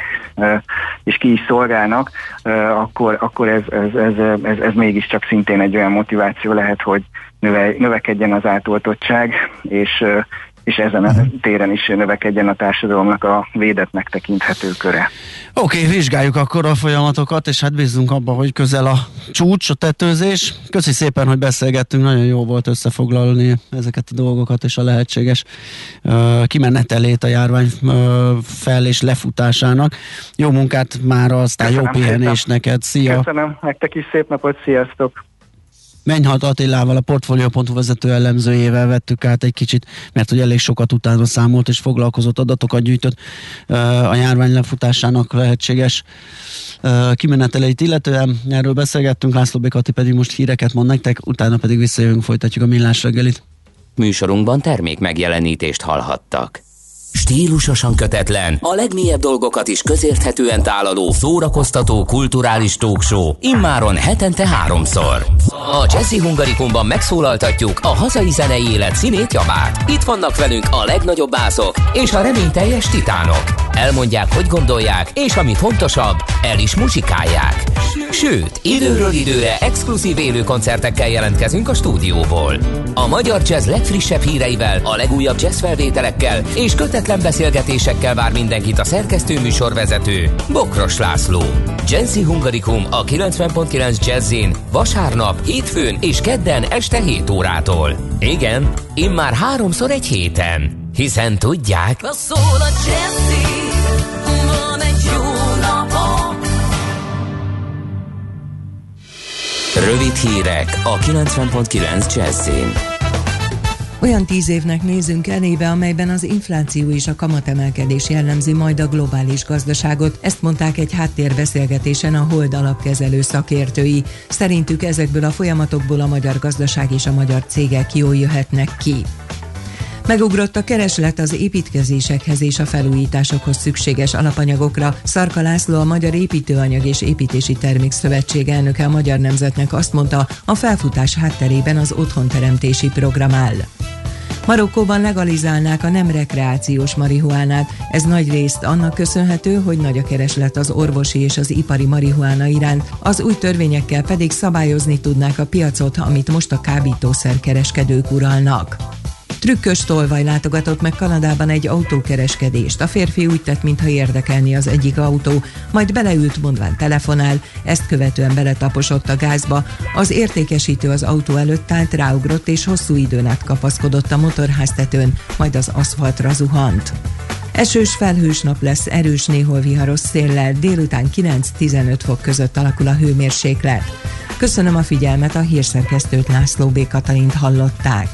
és ki is szolgálnak, akkor, akkor ez, ez, ez, ez, ez mégiscsak szintén egy olyan motiváció lehet, hogy növe, növekedjen az átoltottság, és és ezen a téren is növekedjen a társadalomnak a védettnek tekinthető köre.
Oké, okay, vizsgáljuk akkor a folyamatokat, és hát bízzunk abba, hogy közel a csúcs, a tetőzés. Köszi szépen, hogy beszélgettünk, nagyon jó volt összefoglalni ezeket a dolgokat, és a lehetséges uh, kimenetelét a járvány uh, fel- és lefutásának. Jó munkát már, aztán köszönöm, jó pihenés neked, szia!
Köszönöm, nektek is szép napot, sziasztok!
Menyhalt Attilával, a Portfolio pont hu vezető elemzőjével vettük át egy kicsit, mert hogy elég sokat utána számolt és foglalkozott, adatokat gyűjtött a járvány lefutásának lehetséges kimeneteleit illetően. Erről beszélgettünk, László B. Kati pedig most híreket mond nektek, utána pedig visszajövünk, folytatjuk a Millás reggelit.
Műsorunkban termék megjelenítést hallhattak. Stílusosan kötetlen, a legmélyebb dolgokat is közérthetően tálaló, szórakoztató, kulturális talkshow, immáron hetente háromszor. A Jazzy Hungarikumban megszólaltatjuk a hazai zenei élet színét, javát. Itt vannak velünk a legnagyobb bászok és a reményteljes titánok. Elmondják, hogy gondolják, és ami fontosabb, el is muzsikálják. Sőt, időről időre exkluzív élő koncertekkel jelentkezünk a stúdióból. A magyar jazz legfrissebb híreivel, a legújabb jazz felvételekkel és kötetlen beszélgetésekkel vár mindenkit a szerkesztő műsorvezető, Bokros László. Jazzy Hungarikum a kilencven pont kilenc Jazzin vasárnap, hétfőn és kedden este hét órától. Igen, immár háromszor egy héten. Hiszen tudják...
Na szól a Jazzy, van egy jó napom.
Rövid hírek a kilencven pont kilenc Jazzin.
Olyan tíz évnek nézünk elébe, amelyben az infláció és a kamatemelkedés jellemzi majd a globális gazdaságot. Ezt mondták egy háttérbeszélgetésen a Hold alapkezelő szakértői. Szerintük ezekből a folyamatokból a magyar gazdaság és a magyar cégek jól jöhetnek ki. Megugrott a kereslet az építkezésekhez és a felújításokhoz szükséges alapanyagokra. Szarka László, a Magyar Építőanyag és Építési Termékszövetség elnöke a Magyar Nemzetnek azt mondta, a felfutás hátterében az otthonteremtési program áll. Marokkóban legalizálnák a nem rekreációs marihuánát. Ez nagy részt annak köszönhető, hogy nagy a kereslet az orvosi és az ipari marihuána iránt, az új törvényekkel pedig szabályozni tudnák a piacot, amit most a kábítószerkereskedők uralnak. Trükkös tolvaj látogatott meg Kanadában egy autókereskedést. A férfi úgy tett, mintha érdekelni az egyik autó, majd beleült, mondván telefonál, ezt követően beletaposott a gázba. Az értékesítő az autó előtt állt, ráugrott és hosszú időn át kapaszkodott a motorháztetőn, majd az aszfaltra zuhant. Esős, felhős nap lesz, erős, néhol viharos széllel, délután kilenc-tizenöt fok között alakul a hőmérséklet. Köszönöm a figyelmet, a hírszerkesztőt, László B. Katalint hallották.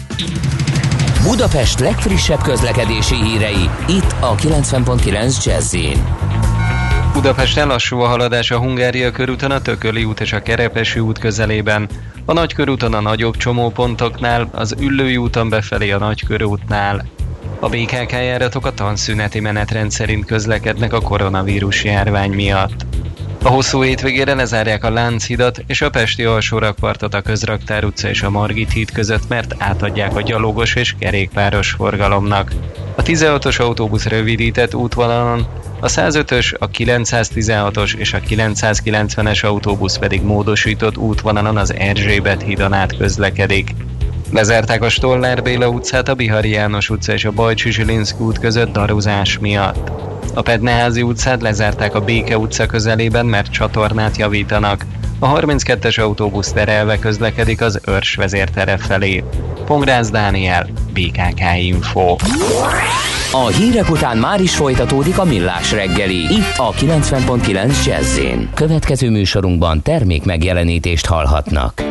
Budapest legfrissebb közlekedési hírei, itt a kilencven pont kilenc Jazzin.
Budapesten lassú a haladás a Hungária körúton, a Tököli út és a Kerepesi út közelében, a Nagykörúton a nagyobb csomópontoknál, az Üllői úton befelé a Nagykörútnál. A bé ká ká járatok a tanszüneti menetrend szerint közlekednek a koronavírus járvány miatt. A hosszú hétvégére lezárják a Lánchidat és a Pesti alsórakpartot a Közraktár utca és a Margit híd között, mert átadják a gyalogos és kerékpáros forgalomnak. A tizenhatos autóbusz rövidített útvonalon, a százötös, a kilencszáztizenhatos és a kilencszázkilencvenes autóbusz pedig módosított útvonalon az Erzsébet hídon át közlekedik. Lezárták a Stollár Béla utcát, a Bihari János utca és a Bajcsi Zsilinszky út között daruzás miatt. A Pedneházi utcát lezárták a Béke utca közelében, mert csatornát javítanak. A harminckettes autóbusz terelve közlekedik az Örs vezértere felé. Pongrász Dániel, bé ká ká Info.
A hírek után már is folytatódik a Millás reggeli, itt a kilencven pont kilenc Jazzin. Következő műsorunkban termék megjelenítést hallhatnak.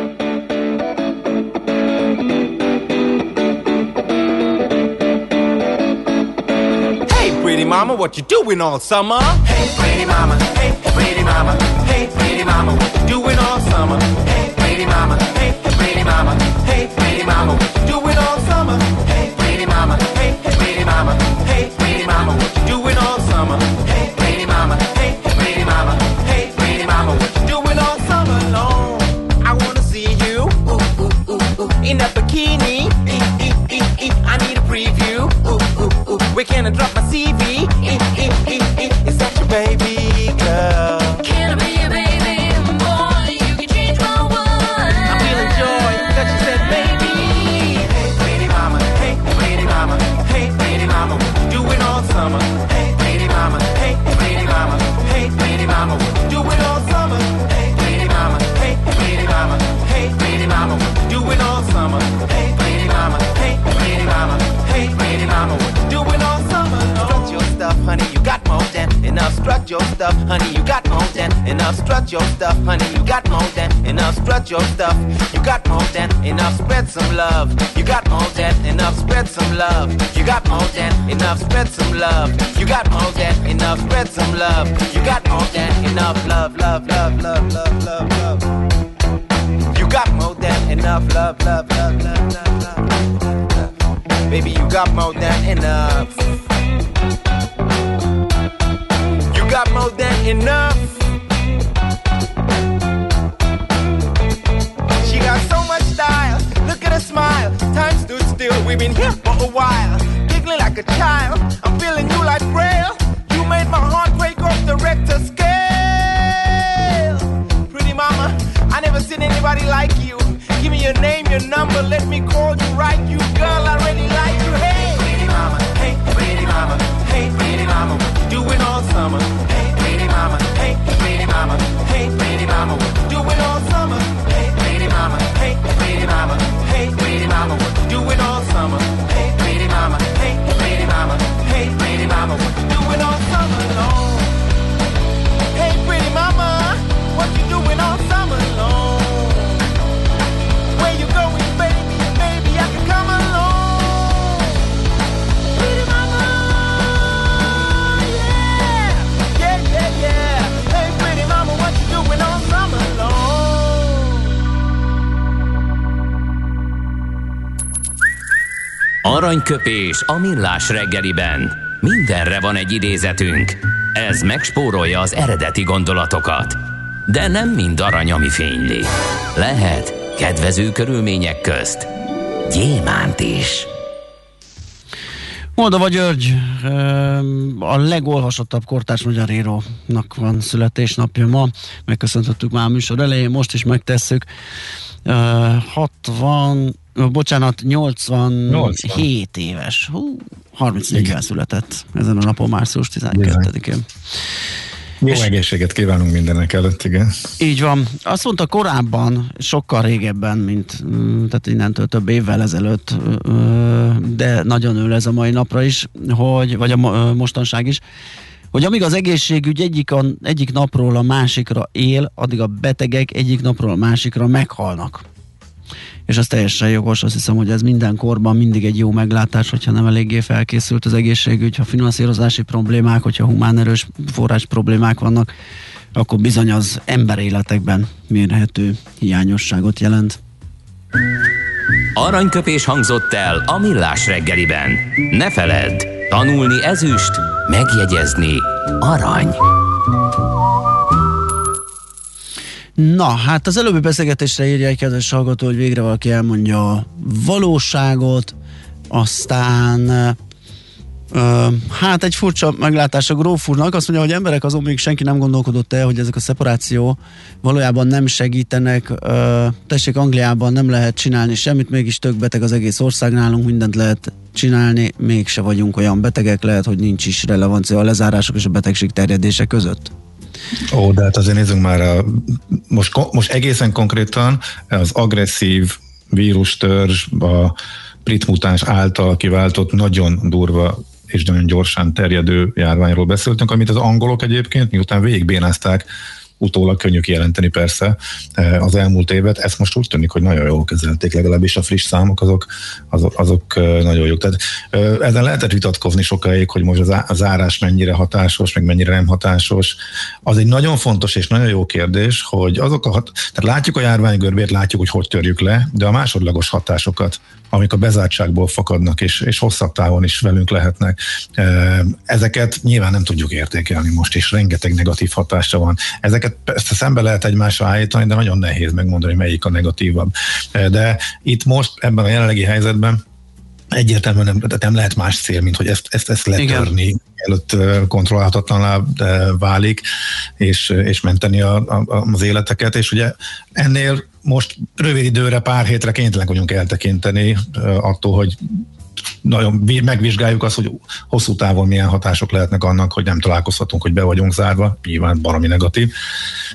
Mama, what you doing all summer?
Hey, pretty mama, hey, pretty mama, hey, pretty mama, what you doing all summer? Hey, pretty mama, hey, pretty mama, hey, pretty mama, what you doing all summer? Hey, pretty mama, hey, pretty mama, hey, pretty mama, what you doing all summer? Hey, pretty mama, hey, pretty mama, hey, pretty mama, what you doing all summer long? I wanna see you ooh, ooh, ooh, ooh, in that bikini. E, e, e, e, I need a preview. Ooh, ooh, ooh, where can I drop my C V? E, e, e, e, it's such a baby.
stuff, honey, you got more than enough. Strut your stuff, honey, you got more than enough. Strut your stuff, you got more than enough. Spread some love, you got more than enough. Spread some love, you got more than enough. Spread some love, you got more than enough. Spread some love, you got more than enough. Love, love, love, love, love, love, love. You got more than enough. Love, love, love, love, love, love, love. Baby, you got more than enough. You got more than enough. She got so much style. Look at her smile. Time stood still. We've been here for a while. Giggling like a child. I'm feeling you like Braille. You made my heart break off the Richter scale. Pretty mama, I never seen anybody like you. Give me your name, your number. Let me call you right. You girl, I really like you. Hey, pretty mama. Hey, pretty mama. Hey, pretty mama. What you doing all summer? Hey, pretty mama. Hey, pretty mama. Hey, pretty mama. What you doing all summer? Hey, pretty mama. Hey, pretty mama. Hey, pretty mama. What you doing all summer? Hey, pretty mama. Hey, pretty mama. Hey, pretty mama. What you doing all summer long? Hey, pretty mama. What you doing all summer long? Where you going, baby? Baby, I can come along. Pretty mama. Yeah. Yeah, yeah, yeah. Hey, pretty mama. What you doing all summer long?
Aranyköpés a millás reggeliben. Mindenre van egy idézetünk. Ez megspórolja az eredeti gondolatokat. De nem mind arany, ami fényli. Lehet kedvező körülmények közt gyémánt is.
Moldova György, a legolvasottabb kortárs magyar írónak van születésnapja ma. Megköszöntöttük már a műsor elején, most is megtesszük. hatvan, bocsánat, nyolcvanhét éves. Hú, harmincnégyben született ezen a napon, március tizenkettedikén.
Jó és egészséget kívánunk mindennek előtt, igen.
Így van. Azt mondta korábban, sokkal régebben, mint tehát innentől több évvel ezelőtt, de nagyon ül ez a mai napra is, hogy, vagy a mostanság is, hogy amíg az egészségügy egyik, a, egyik napról a másikra él, addig a betegek egyik napról a másikra meghalnak. És az teljesen jogos, azt hiszem, hogy ez minden korban mindig egy jó meglátás, hogyha nem eléggé felkészült az egészségügy, ha finanszírozási problémák, hogyha humán erős forrás problémák vannak, akkor bizony az emberéletekben mérhető hiányosságot jelent.
Aranyköpés hangzott el a millás reggeliben. Ne feledd, tanulni ezüst, megjegyezni arany.
Na, hát az előbbi beszélgetésre írja egy kedves hallgató, hogy végre valaki elmondja a valóságot, aztán ö, hát egy furcsa meglátás a gróf úrnak, azt mondja, hogy emberek, azon még senki nem gondolkodott el, hogy ezek a szeparáció valójában nem segítenek. Ö, tessék, Angliában nem lehet csinálni semmit, mégis tök beteg az egész ország, nálunk mindent lehet csinálni, mégse vagyunk olyan betegek, lehet, hogy nincs is relevancia a lezárások és a betegség terjedése között.
Ó, de hát azért nézzünk már, a, most, most egészen konkrétan az agresszív vírustörzs, a brit mutáns által kiváltott nagyon durva és nagyon gyorsan terjedő járványról beszéltünk, amit az angolok egyébként miután végigbénázták, utólag könnyű kijelenteni persze az elmúlt évet, ezt most úgy tűnik, hogy nagyon jól kezelték, legalábbis a friss számok azok, azok, azok nagyon jók. Tehát ezen lehetett vitatkozni sokáig, hogy most az zárás mennyire hatásos, meg mennyire nem hatásos. Az egy nagyon fontos és nagyon jó kérdés, hogy azok a hat... tehát látjuk a járványgörbét, látjuk, hogy hogy törjük le, de a másodlagos hatásokat, amik a bezártságból fakadnak, és, és hosszabb távon is velünk lehetnek. Ezeket nyilván nem tudjuk értékelni most, és rengeteg negatív hatása van. Ezeket persze szembe lehet egymásra állítani, de nagyon nehéz megmondani, melyik a negatívabb. De itt most, ebben a jelenlegi helyzetben egyértelműen nem, nem lehet más cél, mint hogy ezt, ezt, ezt letörni, előtt kontrollálhatatlaná válik, és, és menteni a, a, az életeket, és ugye ennél most rövid időre, pár hétre kénytelenek vagyunk eltekinteni attól, hogy nagyon megvizsgáljuk azt, hogy hosszú távon milyen hatások lehetnek annak, hogy nem találkozhatunk, hogy be vagyunk zárva, nyilván baromi negatív.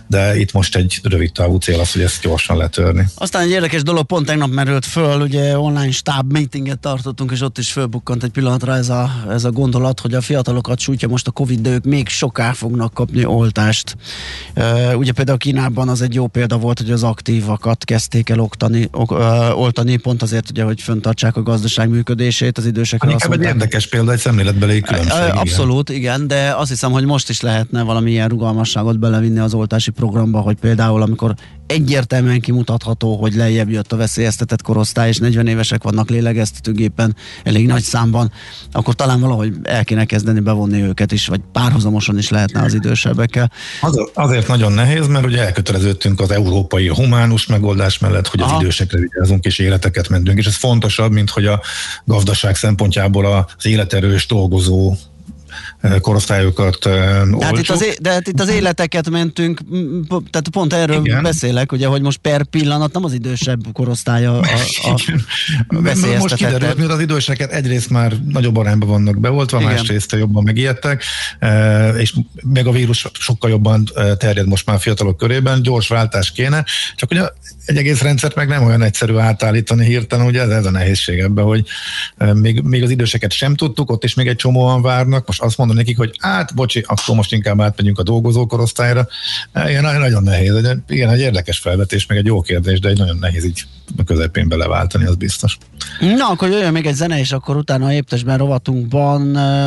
de itt most egy rövid távú cél az, hogy ezt gyorsan letörni.
Aztán egy érdekes dolog pont tegnap merült föl, ugye online stáb meetinget tartottunk, és ott is fölbukkant egy pillanatra ez a, ez a gondolat, hogy a fiatalokat sújtja most a Covid, de ők még soká fognak kapni oltást. Uh, ugye például Kínában az egy jó példa volt, hogy az aktívakat kezdték el oktani, ok, uh, oltani, pont azért, ugye, hogy fenntartsák a gazdaság működését, az idősekre.
Inkább egy érdekes példa, egy szemléletbeli különbség.
Uh, abszolút, igen. igen, de azt hiszem, hogy most is lehetne valamilyen rugalmasságot belevinni az oltási programba, hogy például amikor egyértelműen kimutatható, hogy lejjebb jött a veszélyeztetett korosztály, és negyven évesek vannak lélegeztetőgépen elég nagy számban, akkor talán valahogy el kéne kezdeni bevonni őket is, vagy párhuzamosan is lehetne az idősebbekkel.
Az, azért nagyon nehéz, mert ugye elköteleződtünk az európai humánus megoldás mellett, hogy az Aha. idősekre vigyázunk és életeket mentünk, és ez fontosabb, mint hogy a gazdaság szempontjából az életerős dolgozó korosztályokat olcsuk.
Hát itt az, de hát itt az életeket mentünk, tehát pont erről Igen. beszélek, ugye, hogy most per pillanat nem az idősebb korosztálya a, a veszélyeztetett.
Most kiderült, hogy az időseket egyrészt már nagyobb arányban vannak beoltva, Igen. másrészt jobban megijedtek, és meg a vírus sokkal jobban terjed most már fiatalok körében, gyors váltás kéne, csak ugye egy egész rendszert meg nem olyan egyszerű átállítani hirtelen, ugye ez, ez a nehézség ebben, hogy még, még az időseket sem tudtuk, ott is még egy csomóan várnak, most azt mondom nekik, hogy hát, bocsi, akkor most inkább átmegyünk a dolgozó korosztályra. Igen, nagyon nehéz. Igen, egy érdekes felvetés, meg egy jó kérdés, de egy nagyon nehéz így a közepén beleváltani, az biztos.
Na, akkor jöjjön még egy zene, és akkor utána a Éptestben rovatunkban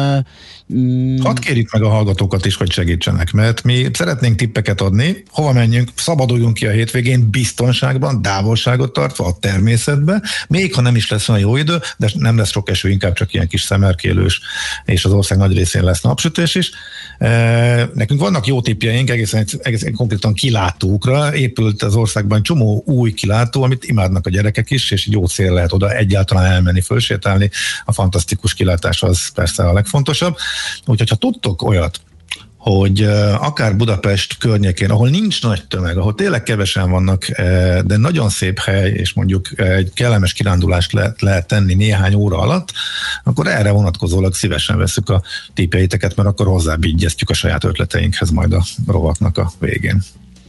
mm... hadd kérjük meg a hallgatókat is, hogy segítsenek, mert mi szeretnénk tippeket adni, hova menjünk, szabaduljunk ki a hétvégén biztonságban, távolságot tartva a természetbe, még ha nem is lesz olyan jó idő, de nem lesz sok eső, inkább csak ilyen kis szemerkélős, és az ország nagy részén lesz napsütés is. E, nekünk vannak jó tippjeink, egészen, egészen konkrétan kilátókra, épült az országban csomó új kilátó, amit imádnak a gyerekek is, és jó cél lehet oda egyáltalán elmenni, fölsétálni. A fantasztikus kilátás az persze a legfontosabb. Úgyhogy ha tudtok olyat, hogy akár Budapest környékén, ahol nincs nagy tömeg, ahol tényleg kevesen vannak, de nagyon szép hely, és mondjuk egy kellemes kirándulást lehet, lehet tenni néhány óra alatt, akkor erre vonatkozólag szívesen veszük a tippjeiteket, mert akkor hozzábígyeztjük a saját ötleteinkhez majd a rovatnak a végén.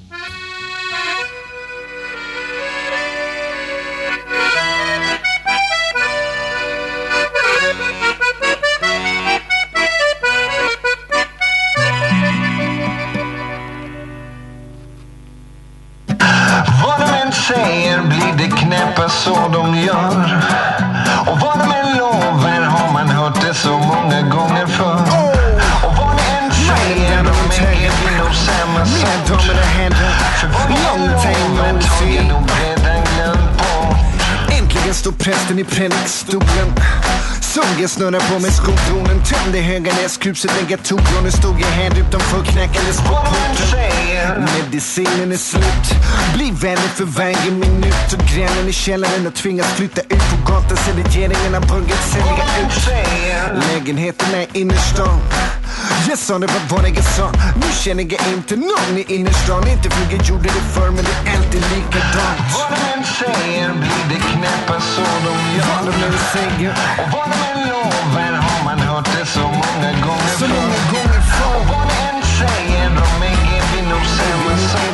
Så de gör. Och vad de än lovar har man hört det så många gånger förr. Och vad de än säger, de är kvinnor samma sort. För vad de än lovar tagen nog redan glömt på.
Äntligen står prästen i predikstolen. Sågen snurrar på med skodonen. Tömde Höganäskruset, lägga togon. Nu stod jag här utanför knäckades på porten. Medicinen är slut. Bli vänlig för varje minut. Och gränen i källaren och tvingas flytta ut på gatan. Så regeringen har börjat sälja ut lägenheterna i innerstan. Jag sa det var vad jag sa. Nu känner jag inte någon i innerstan. Inte för jag gjorde det förr, men det är alltid likadant.
Vad de än säger blir det knäppa så de gör.
Vad de än säger.
Och vad de än lovar har man hört det så många gånger
Så många gånger förr.
Och vad de än säger, de är kvinnor samma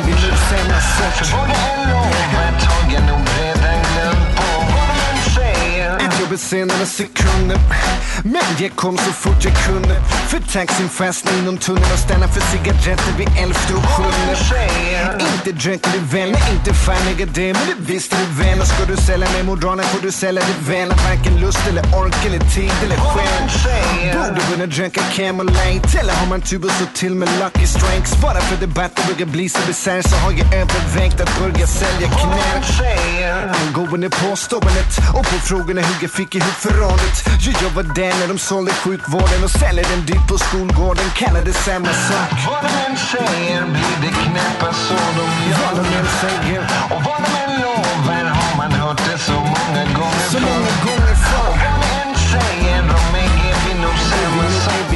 sort. För vad de än lovar tagen nog redan glömt på. Vad de än säger.
Ett jobb sen några sekunder. Men jag kom så fort jag kunde. För taxin fastnade inom tunneln och stannade för cigaretter vid elfte och sjunde. Inte dricker du väl, nej inte fan jag det. Men det visste du väl. Och ska du sälja med modralen får du sälja det väl. Varken lust eller ork eller tid eller själ. Borde kunna dricka Camel Light. Eller har man tuber så till med Lucky Strikes. Bara för debatten börjar bli så besär. Så har jag övervägt att börja sälja knä. Angående påståendet. Och på frågorna hur jag fick ihop förrådet. Jag var där när de sålde sjukvården och säljer den dyrt på skolgården. Kallar det samma sak.
Vad de än säger blir det knäppa så de gör.
Vad de än säger.
Och vad de än lovar har man hört det så många gånger
Så många gånger förr.
Och vad de än säger, de är kvinnor samma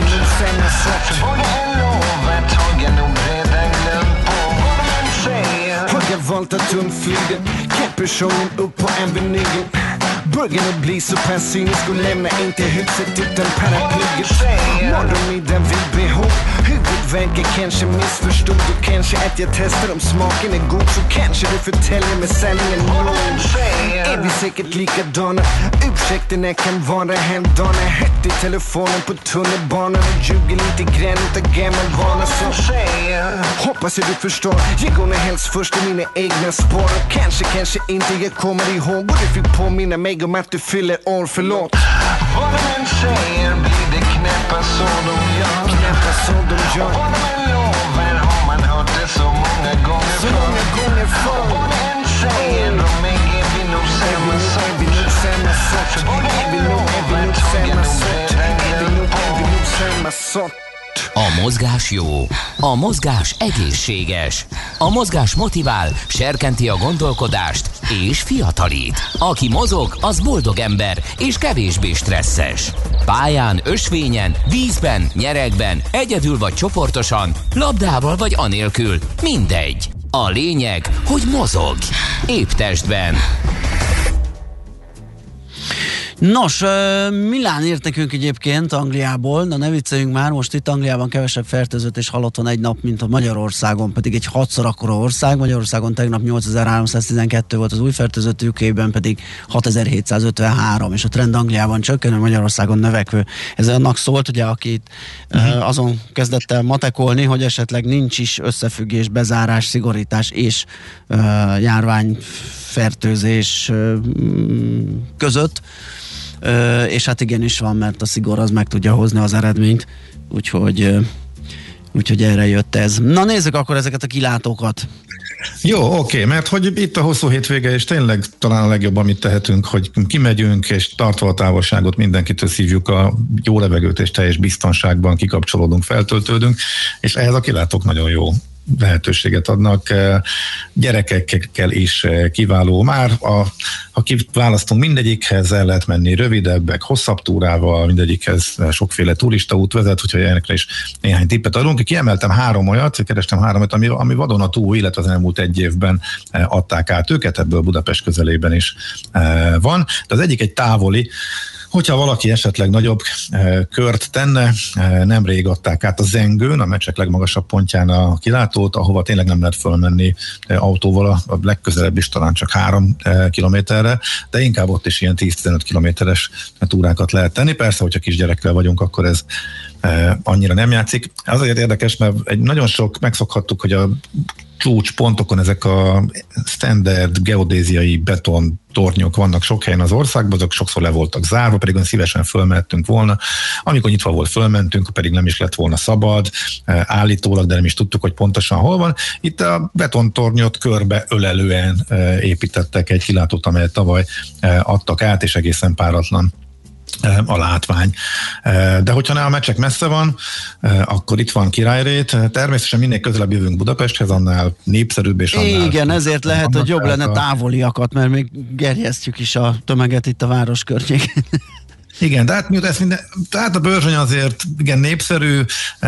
sort. För vad de än lovar tagen nog redan glömt på. Vad de än säger.
Har jag valt att undflyga. Kepp personen upp på en vinyl.
Början att bli så pass cynisk och lämna inte huset utan paraplyet. Morgonmiddag vid behov. Huvudvärken kanske missförstod. Och kanske att jag testar om smaken är god. Så kanske du förtäljer mig sanningen nog. Är vi säkert likadana? Ursäkterna kan vara hemdana. Hett i telefonen på tunnelbanan. Och ljuger lite grann utav gammal vana. Så hoppas jag du förstår. Jag går nog helst först i mina egna spår. Och kanske, kanske inte jag kommer ihåg. Och du fick påminna mig om att du fyller år, förlåt.
Vad de än säger blir det knäppa så de gör.
Knäppa så de gör.
Vad de än lovar har man hört det så många gånger
Så många gånger förr.
Vad de än säger de är vi nog samma sort.
Är vi nog samma sort. Är vi nog, är vi nog samma sort. Är vi nog, är vi nog samma sort.
A mozgás jó, a mozgás egészséges, a mozgás motivál, serkenti a gondolkodást és fiatalít. Aki mozog, az boldog ember és kevésbé stresszes. Pályán, ösvényen, vízben, nyeregben, egyedül vagy csoportosan, labdával vagy anélkül, mindegy. A lényeg, hogy mozog. Épp testben.
Nos, Milán írt nekünk egyébként Angliából, de ne vicceljünk már, most itt Angliában kevesebb fertőzött és halott van egy nap, mint a Magyarországon, pedig egy hatszor akkora ország. Magyarországon tegnap nyolcezer-háromszáztizenkettő volt az új fertőzött, ú ká-ben pedig hatezer-hétszázötvenhárom, és a trend Angliában csökkenő, Magyarországon növekvő. Ez annak szólt, ugye, akit uh-huh. azon kezdett el matekolni, hogy esetleg nincs is összefüggés, bezárás, szigorítás és uh, járványfertőzés uh, között. Ö, és hát igenis van, mert a szigor az meg tudja hozni az eredményt, úgyhogy, ö, úgyhogy erre jött ez. Na nézzük akkor ezeket a kilátókat.
Jó, oké, mert hogy itt a hosszú hétvége, és tényleg talán a legjobb, amit tehetünk, hogy kimegyünk, és tartva a távolságot mindenkitől szívjuk a jó levegőt, és teljes biztonságban kikapcsolódunk, feltöltődünk, és ehhez a kilátók nagyon jó lehetőséget adnak. Gyerekekkel is kiváló. Már a, ha kiválasztunk, mindegyikhez el lehet menni rövidebbek, hosszabb túrával, mindegyikhez sokféle turistaút vezet, úgyhogy ilyenekre is néhány tippet adunk. Kiemeltem három olyat, kerestem háromot, ami, ami vadonatúj, illetve az elmúlt egy évben adták át őket, ebből Budapest közelében is van. De az egyik egy távoli. Hogyha valaki esetleg nagyobb e, kört tenne, e, nemrég adták át a Zengőn, a Mecsek legmagasabb pontján a kilátót, ahova tényleg nem lehet fölmenni e, autóval, a, a legközelebb is talán csak három e, kilométerre, de inkább ott is ilyen tíz-tizenöt kilométeres túrákat lehet tenni. Persze, hogyha kisgyerekkel vagyunk, akkor ez e, annyira nem játszik. Azért érdekes, mert egy nagyon sok megszokhattuk, hogy a csúcspontokon ezek a standard geodéziai beton tornyok vannak sok helyen az országban, azok sokszor le voltak zárva, pedig olyan szívesen fölmehettünk volna. Amikor nyitva volt, fölmentünk, pedig nem is lett volna szabad, állítólag, de nem is tudtuk, hogy pontosan hol van. Itt a betontornyot körbe ölelően építettek egy kilátót, amelyet tavaly adtak át, és egészen páratlan a látvány. De hogyha ne a Mecsek messze van, akkor itt van Királyrét. Természetesen minél közelebb jövünk Budapesthez, annál népszerűbb és annál...
Igen, ezért lehet, hogy jobb lenne távoliakat, mert még gerjesztjük is a tömeget itt a város környékén.
Igen, de hát, ez minden, tehát a Börzsöny azért igen népszerű,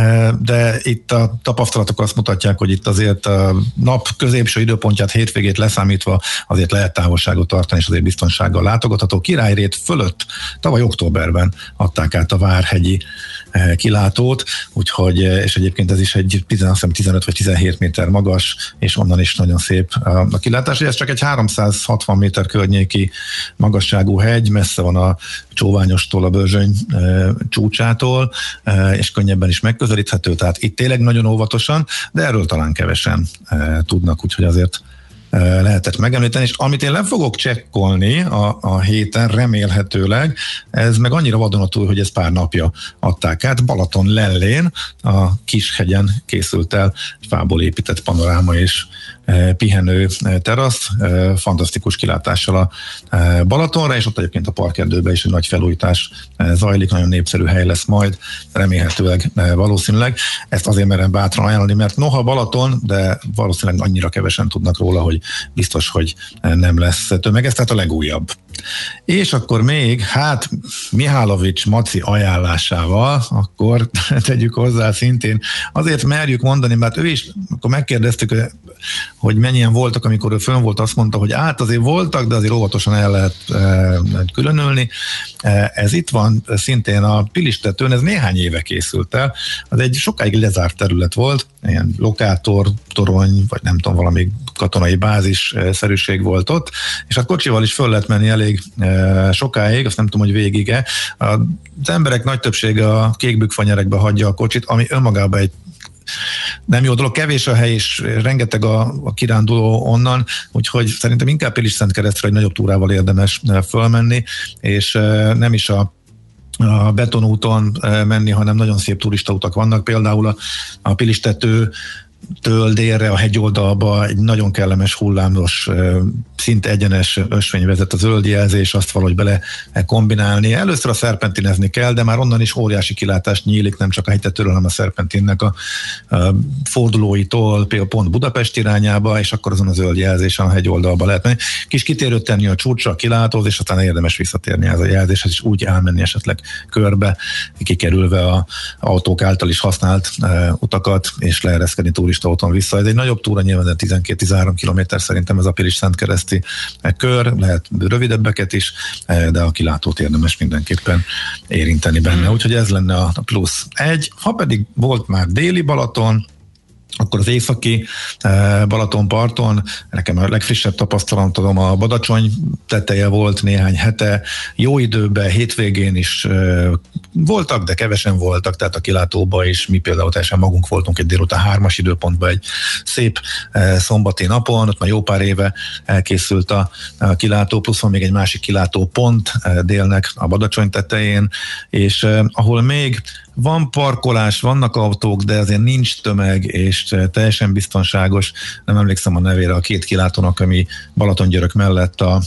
de itt a tapasztalatok azt mutatják, hogy itt azért a nap középső időpontját, hétvégét leszámítva azért lehet távolságot tartani, és azért biztonsággal látogatható. Királyrét fölött tavaly októberben adták át a Várhegyi kilátót, úgyhogy, és egyébként ez is egy tizenöt vagy tizenhét méter magas, és onnan is nagyon szép a kilátás. Ez csak egy háromszázhatvan méter környéki magasságú hegy, messze van a Csóványostól, a Börzsöny e, csúcsától, e, és könnyebben is megközelíthető, tehát itt tényleg nagyon óvatosan, de erről talán kevesen e, tudnak, úgyhogy azért e, lehetett megemlíteni, és amit én le fogok csekkolni a, a héten, remélhetőleg, ez meg annyira vadonatúj, hogy ez pár napja adták át, Balaton Lellén, a Kishegyen készült el fából épített panoráma és pihenő terasz, fantasztikus kilátással a Balatonra, és ott egyébként a parkerdőben is egy nagy felújítás zajlik, nagyon népszerű hely lesz majd, remélhetőleg valószínűleg. Ezt azért merem bátran ajánlani, mert noha Balaton, de valószínűleg annyira kevesen tudnak róla, hogy biztos, hogy nem lesz tömeg. Ez tehát a legújabb És akkor még, hát Mihálovics Maci ajánlásával, akkor tegyük hozzá szintén, azért merjük mondani, mert ő is, akkor megkérdeztük, hogy mennyien voltak, amikor ő fönn volt, azt mondta, hogy át azért voltak, de azért óvatosan el lehet e, különölni. E, ez itt van szintén a Pilistetőn, ez néhány éve készült el, az egy sokáig lezárt terület volt, ilyen lokátor, torony, vagy nem tudom, valami katonai bázis szerűség volt ott, és hát kocsival is föl lehet menni elég e, sokáig, azt nem tudom, hogy végig-e. Az emberek nagy többsége a kékbükfanyerekbe hagyja a kocsit, ami önmagában egy nem jó dolog, kevés a hely, és rengeteg a, a kiránduló onnan, úgyhogy szerintem inkább Pilisszentkeresztre egy nagyobb túrával érdemes fölmenni, és nem is a a betonúton menni, hanem nagyon szép turistautak vannak, például a, a Pilistető től délre a hegyoldalba egy nagyon kellemes hullámos, szinte egyenes ösvény vezet a zöld jelzés, azt valahogy bele kombinálni. Először a szerpentinezni kell, de már onnan is óriási kilátás nyílik, nem csak a hegytetőről, hanem a szerpentinnek a, a fordulóitól, például pont Budapest irányába, és akkor azon a zöld jelzésen a hegyoldalba lehet menni. Kis kitérőt tenni a csúcsra, a kilátóz, és aztán érdemes visszatérni ez a jelzéshez, és úgy elmenni esetleg körbe, kikerülve az autók által is használt e, utakat, és leereszkedni turistaúton vissza. Ez egy nagyobb túra, nyilván tizenkét-tizenhárom kilométer szerintem ez a Pilis-Szentkereszti kör, lehet rövidebbeket is, de a kilátót érdemes mindenképpen érinteni benne. Úgyhogy ez lenne a plusz egy. Ha pedig volt már déli Balaton, akkor az északi Balatonparton, nekem a legfrissebb tapasztalatom a Badacsony teteje volt néhány hete, jó időben, hétvégén is voltak, de kevesen voltak, tehát a kilátóba is, mi például teljesen magunk voltunk egy délután hármas időpontban egy szép szombati napon, ott már jó pár éve elkészült a kilátó, plusz van még egy másik kilátó pont délnek a Badacsony tetején, és ahol még van parkolás, vannak autók, de azért nincs tömeg, és teljesen biztonságos. Nem emlékszem a nevére a két kilátónak, ami Balatongyörök mellett a,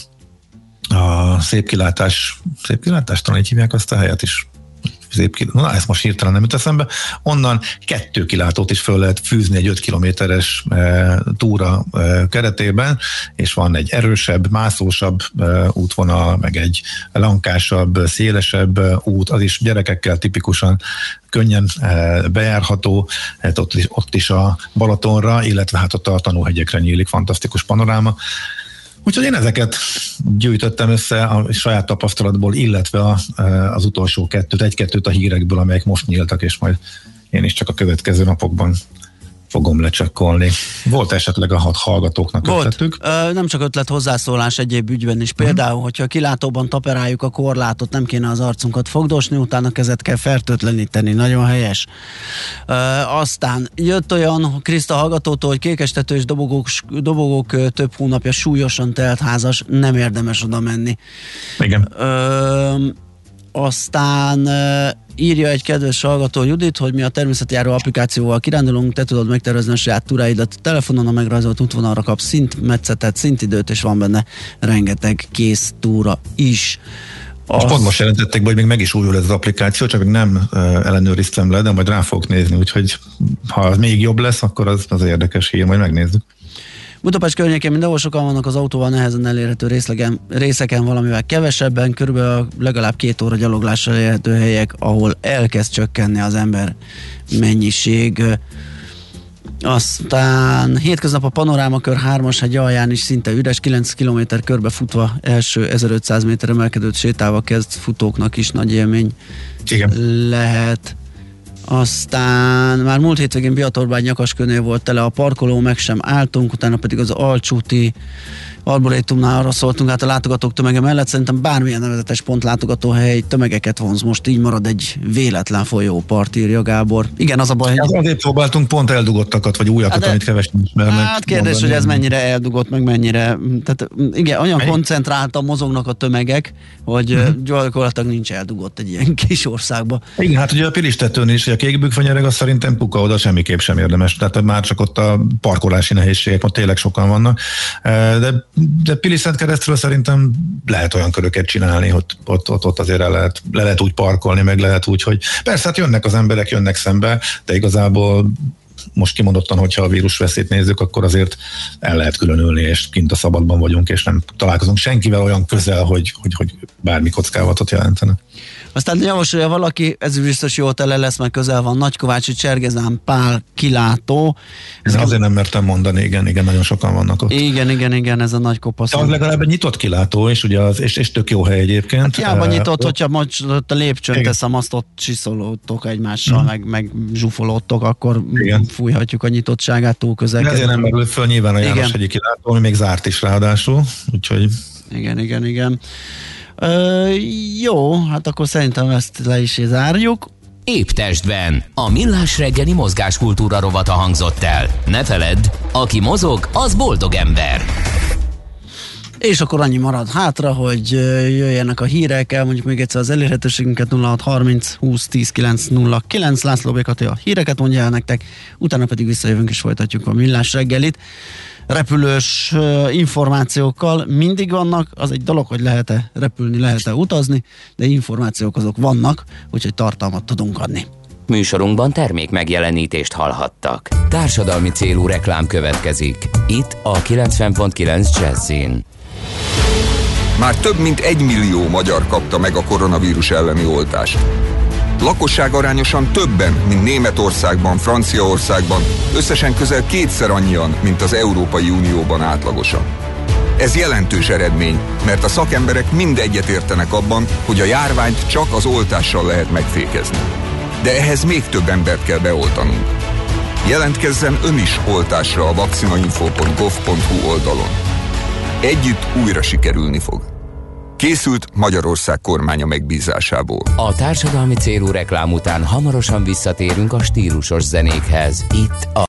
a szép kilátás, szép kilátás, talán így hívják azt a helyet is. Na, ezt most hirtelen nem jut eszembe. Onnan kettő kilátót is föl lehet fűzni egy öt kilométeres e, túra e, keretében, és van egy erősebb, mászósabb e, útvonal, meg egy lankásabb, szélesebb e, út, az is gyerekekkel tipikusan könnyen e, bejárható, hát ott, is, ott is a Balatonra, illetve hát ott a Tanúhegyekre nyílik fantasztikus panoráma. Úgyhogy én ezeket gyűjtöttem össze a saját tapasztalatból, illetve a, az utolsó kettőt, egy-kettőt a hírekből, amelyek most nyíltak, és majd én is csak a következő napokban fogom lecsekkolni. Volt esetleg a hat hallgatóknak
Volt.
ötletük?
Ö, nem csak ötlet, hozzászólás egyéb ügyben is. Például, hogyha a kilátóban taperáljuk a korlátot, nem kéne az arcunkat fogdosni, utána kezet kell fertőtleníteni. Nagyon helyes. Ö, aztán jött olyan Kriszta hallgatótól, hogy kékestetős dobogók, dobogók több hónapja súlyosan telt házas, nem érdemes oda menni.
Igen.
Ö, aztán írja egy kedves hallgató, Judit, hogy mi a természetjáró applikációval kirándulunk, te tudod megtervezni a saját túráidat. Telefonon a megrajzolt útvonalra kapsz szintmetszetet, szintidőt, és van benne rengeteg kész túra is.
Most pont most jelentették be, hogy még meg is újul ez az applikáció, csak még nem ellenőriztem le, de majd rá fogok nézni, úgyhogy ha az még jobb lesz, akkor az, az érdekes hír, majd megnézzük.
Budapest környékén mindenhol sokan vannak, az autóval nehezen elérhető részlegen, részeken valamivel kevesebben, körülbelül legalább két óra gyaloglással elérhető helyek, ahol elkezd csökkenni az ember mennyiség. Aztán hétköznap a Panorámakör hármas hegy alján is szinte üres, kilenc kilométer körbe futva, első ezerötszáz méter emelkedőt sétálva kezd futóknak is nagy élmény.
Igen.
Lehet. Aztán már múlt hétvégén Biatorbágy Nyakaskőnél volt tele a parkoló, meg sem álltunk, utána pedig az Alcsúti Arborétumnál arra szóltunk, hát a látogatók tömege mellett szerintem bármilyen nevezetes pont látogatóhely tömegeket vonz, most így marad egy véletlen folyópart, írja Gábor. Igen, az a baj, hogy...
Azért próbáltunk pont eldugottakat, vagy újakat, hát, amit kevesen ismernek.
Hát kérdés, mondani, hogy ez mennyire eldugott, meg mennyire... Tehát igen, olyan Mely? koncentráltan mozognak a tömegek, hogy uh-huh. gyakorlatilag nincs eldugott egy ilyen kis országba.
Igen, hát ugye a Pilistetőn is, hogy a kékbükfanyereg, az szerintem puka, oda semmiképp sem érdemes. Tehát már csak ott a parkolási nehézségek, ott tényleg sokan vannak. De De Pilis-Szentkeresztről szerintem lehet olyan köröket csinálni, hogy ott, ott, ott azért le lehet, le lehet úgy parkolni, meg lehet úgy, hogy persze hát jönnek az emberek, jönnek szembe, de igazából most kimondottan, hogyha a vírus veszélyt nézzük, akkor azért el lehet különülni, és kint a szabadban vagyunk, és nem találkozunk senkivel olyan közel, hogy, hogy, hogy bármi kockávatot jelentene.
Aztán javasolja valaki, ez biztos jó tele lesz, mert közel van Nagykovácsi, Csergezán, Pál, kilátó.
Ez azért nem mertem mondani, igen, igen, nagyon sokan vannak ott.
Igen, igen, igen, ez a nagy kopasz.
De az legalább egy nyitott kilátó, és ugye az, és, és tök jó hely egyébként.
Hát hiába nyitott,
uh,
hogyha most a lépcsőn teszem, azt ott csiszolódtok egymással, mm. meg, meg zsúfolódtok, akkor igen. Fújhatjuk a nyitottságát túl közel.
De ezért nem merül föl nyilván a Jánoshegyi kilátó, ami még zárt is ráadásul, úgyhogy...
Igen, igen, igen. Ö, jó, hát akkor szerintem ezt le is zárjuk.
Épp testben. A Millás reggeli mozgáskultúra rovata hangzott el. Ne feledd, aki mozog, az boldog ember.
És akkor annyi marad hátra, hogy jöjjenek a hírek, elmondjuk még egyszer az elérhetőségünket nulla hat harminc húsz tíz kilenc nulla kilenc. László B. Kati a híreket mondja el nektek, utána pedig visszajövünk és folytatjuk a Millás reggelit. Repülős uh, információkkal mindig vannak, az egy dolog, hogy lehet-e repülni, lehet-e utazni, de információk azok vannak, úgyhogy tartalmat tudunk adni.
Műsorunkban termék megjelenítést hallhattak. Társadalmi célú reklám következik. Itt a kilencven pont kilenc Jazzin.
Már több mint egy millió magyar kapta meg a koronavírus elleni oltást. Lakosság arányosan többen, mint Németországban, Franciaországban, összesen közel kétszer annyian, mint az Európai Unióban átlagosan. Ez jelentős eredmény, mert a szakemberek mind egyetértenek abban, hogy a járványt csak az oltással lehet megfékezni. De ehhez még több embert kell beoltanunk. Jelentkezzen ön is oltásra a vakcinainfo pont gov pont hu oldalon. Együtt újra sikerülni fog. Készült Magyarország kormánya megbízásából.
A társadalmi célú reklám után hamarosan visszatérünk a stílusos zenékhez. Itt a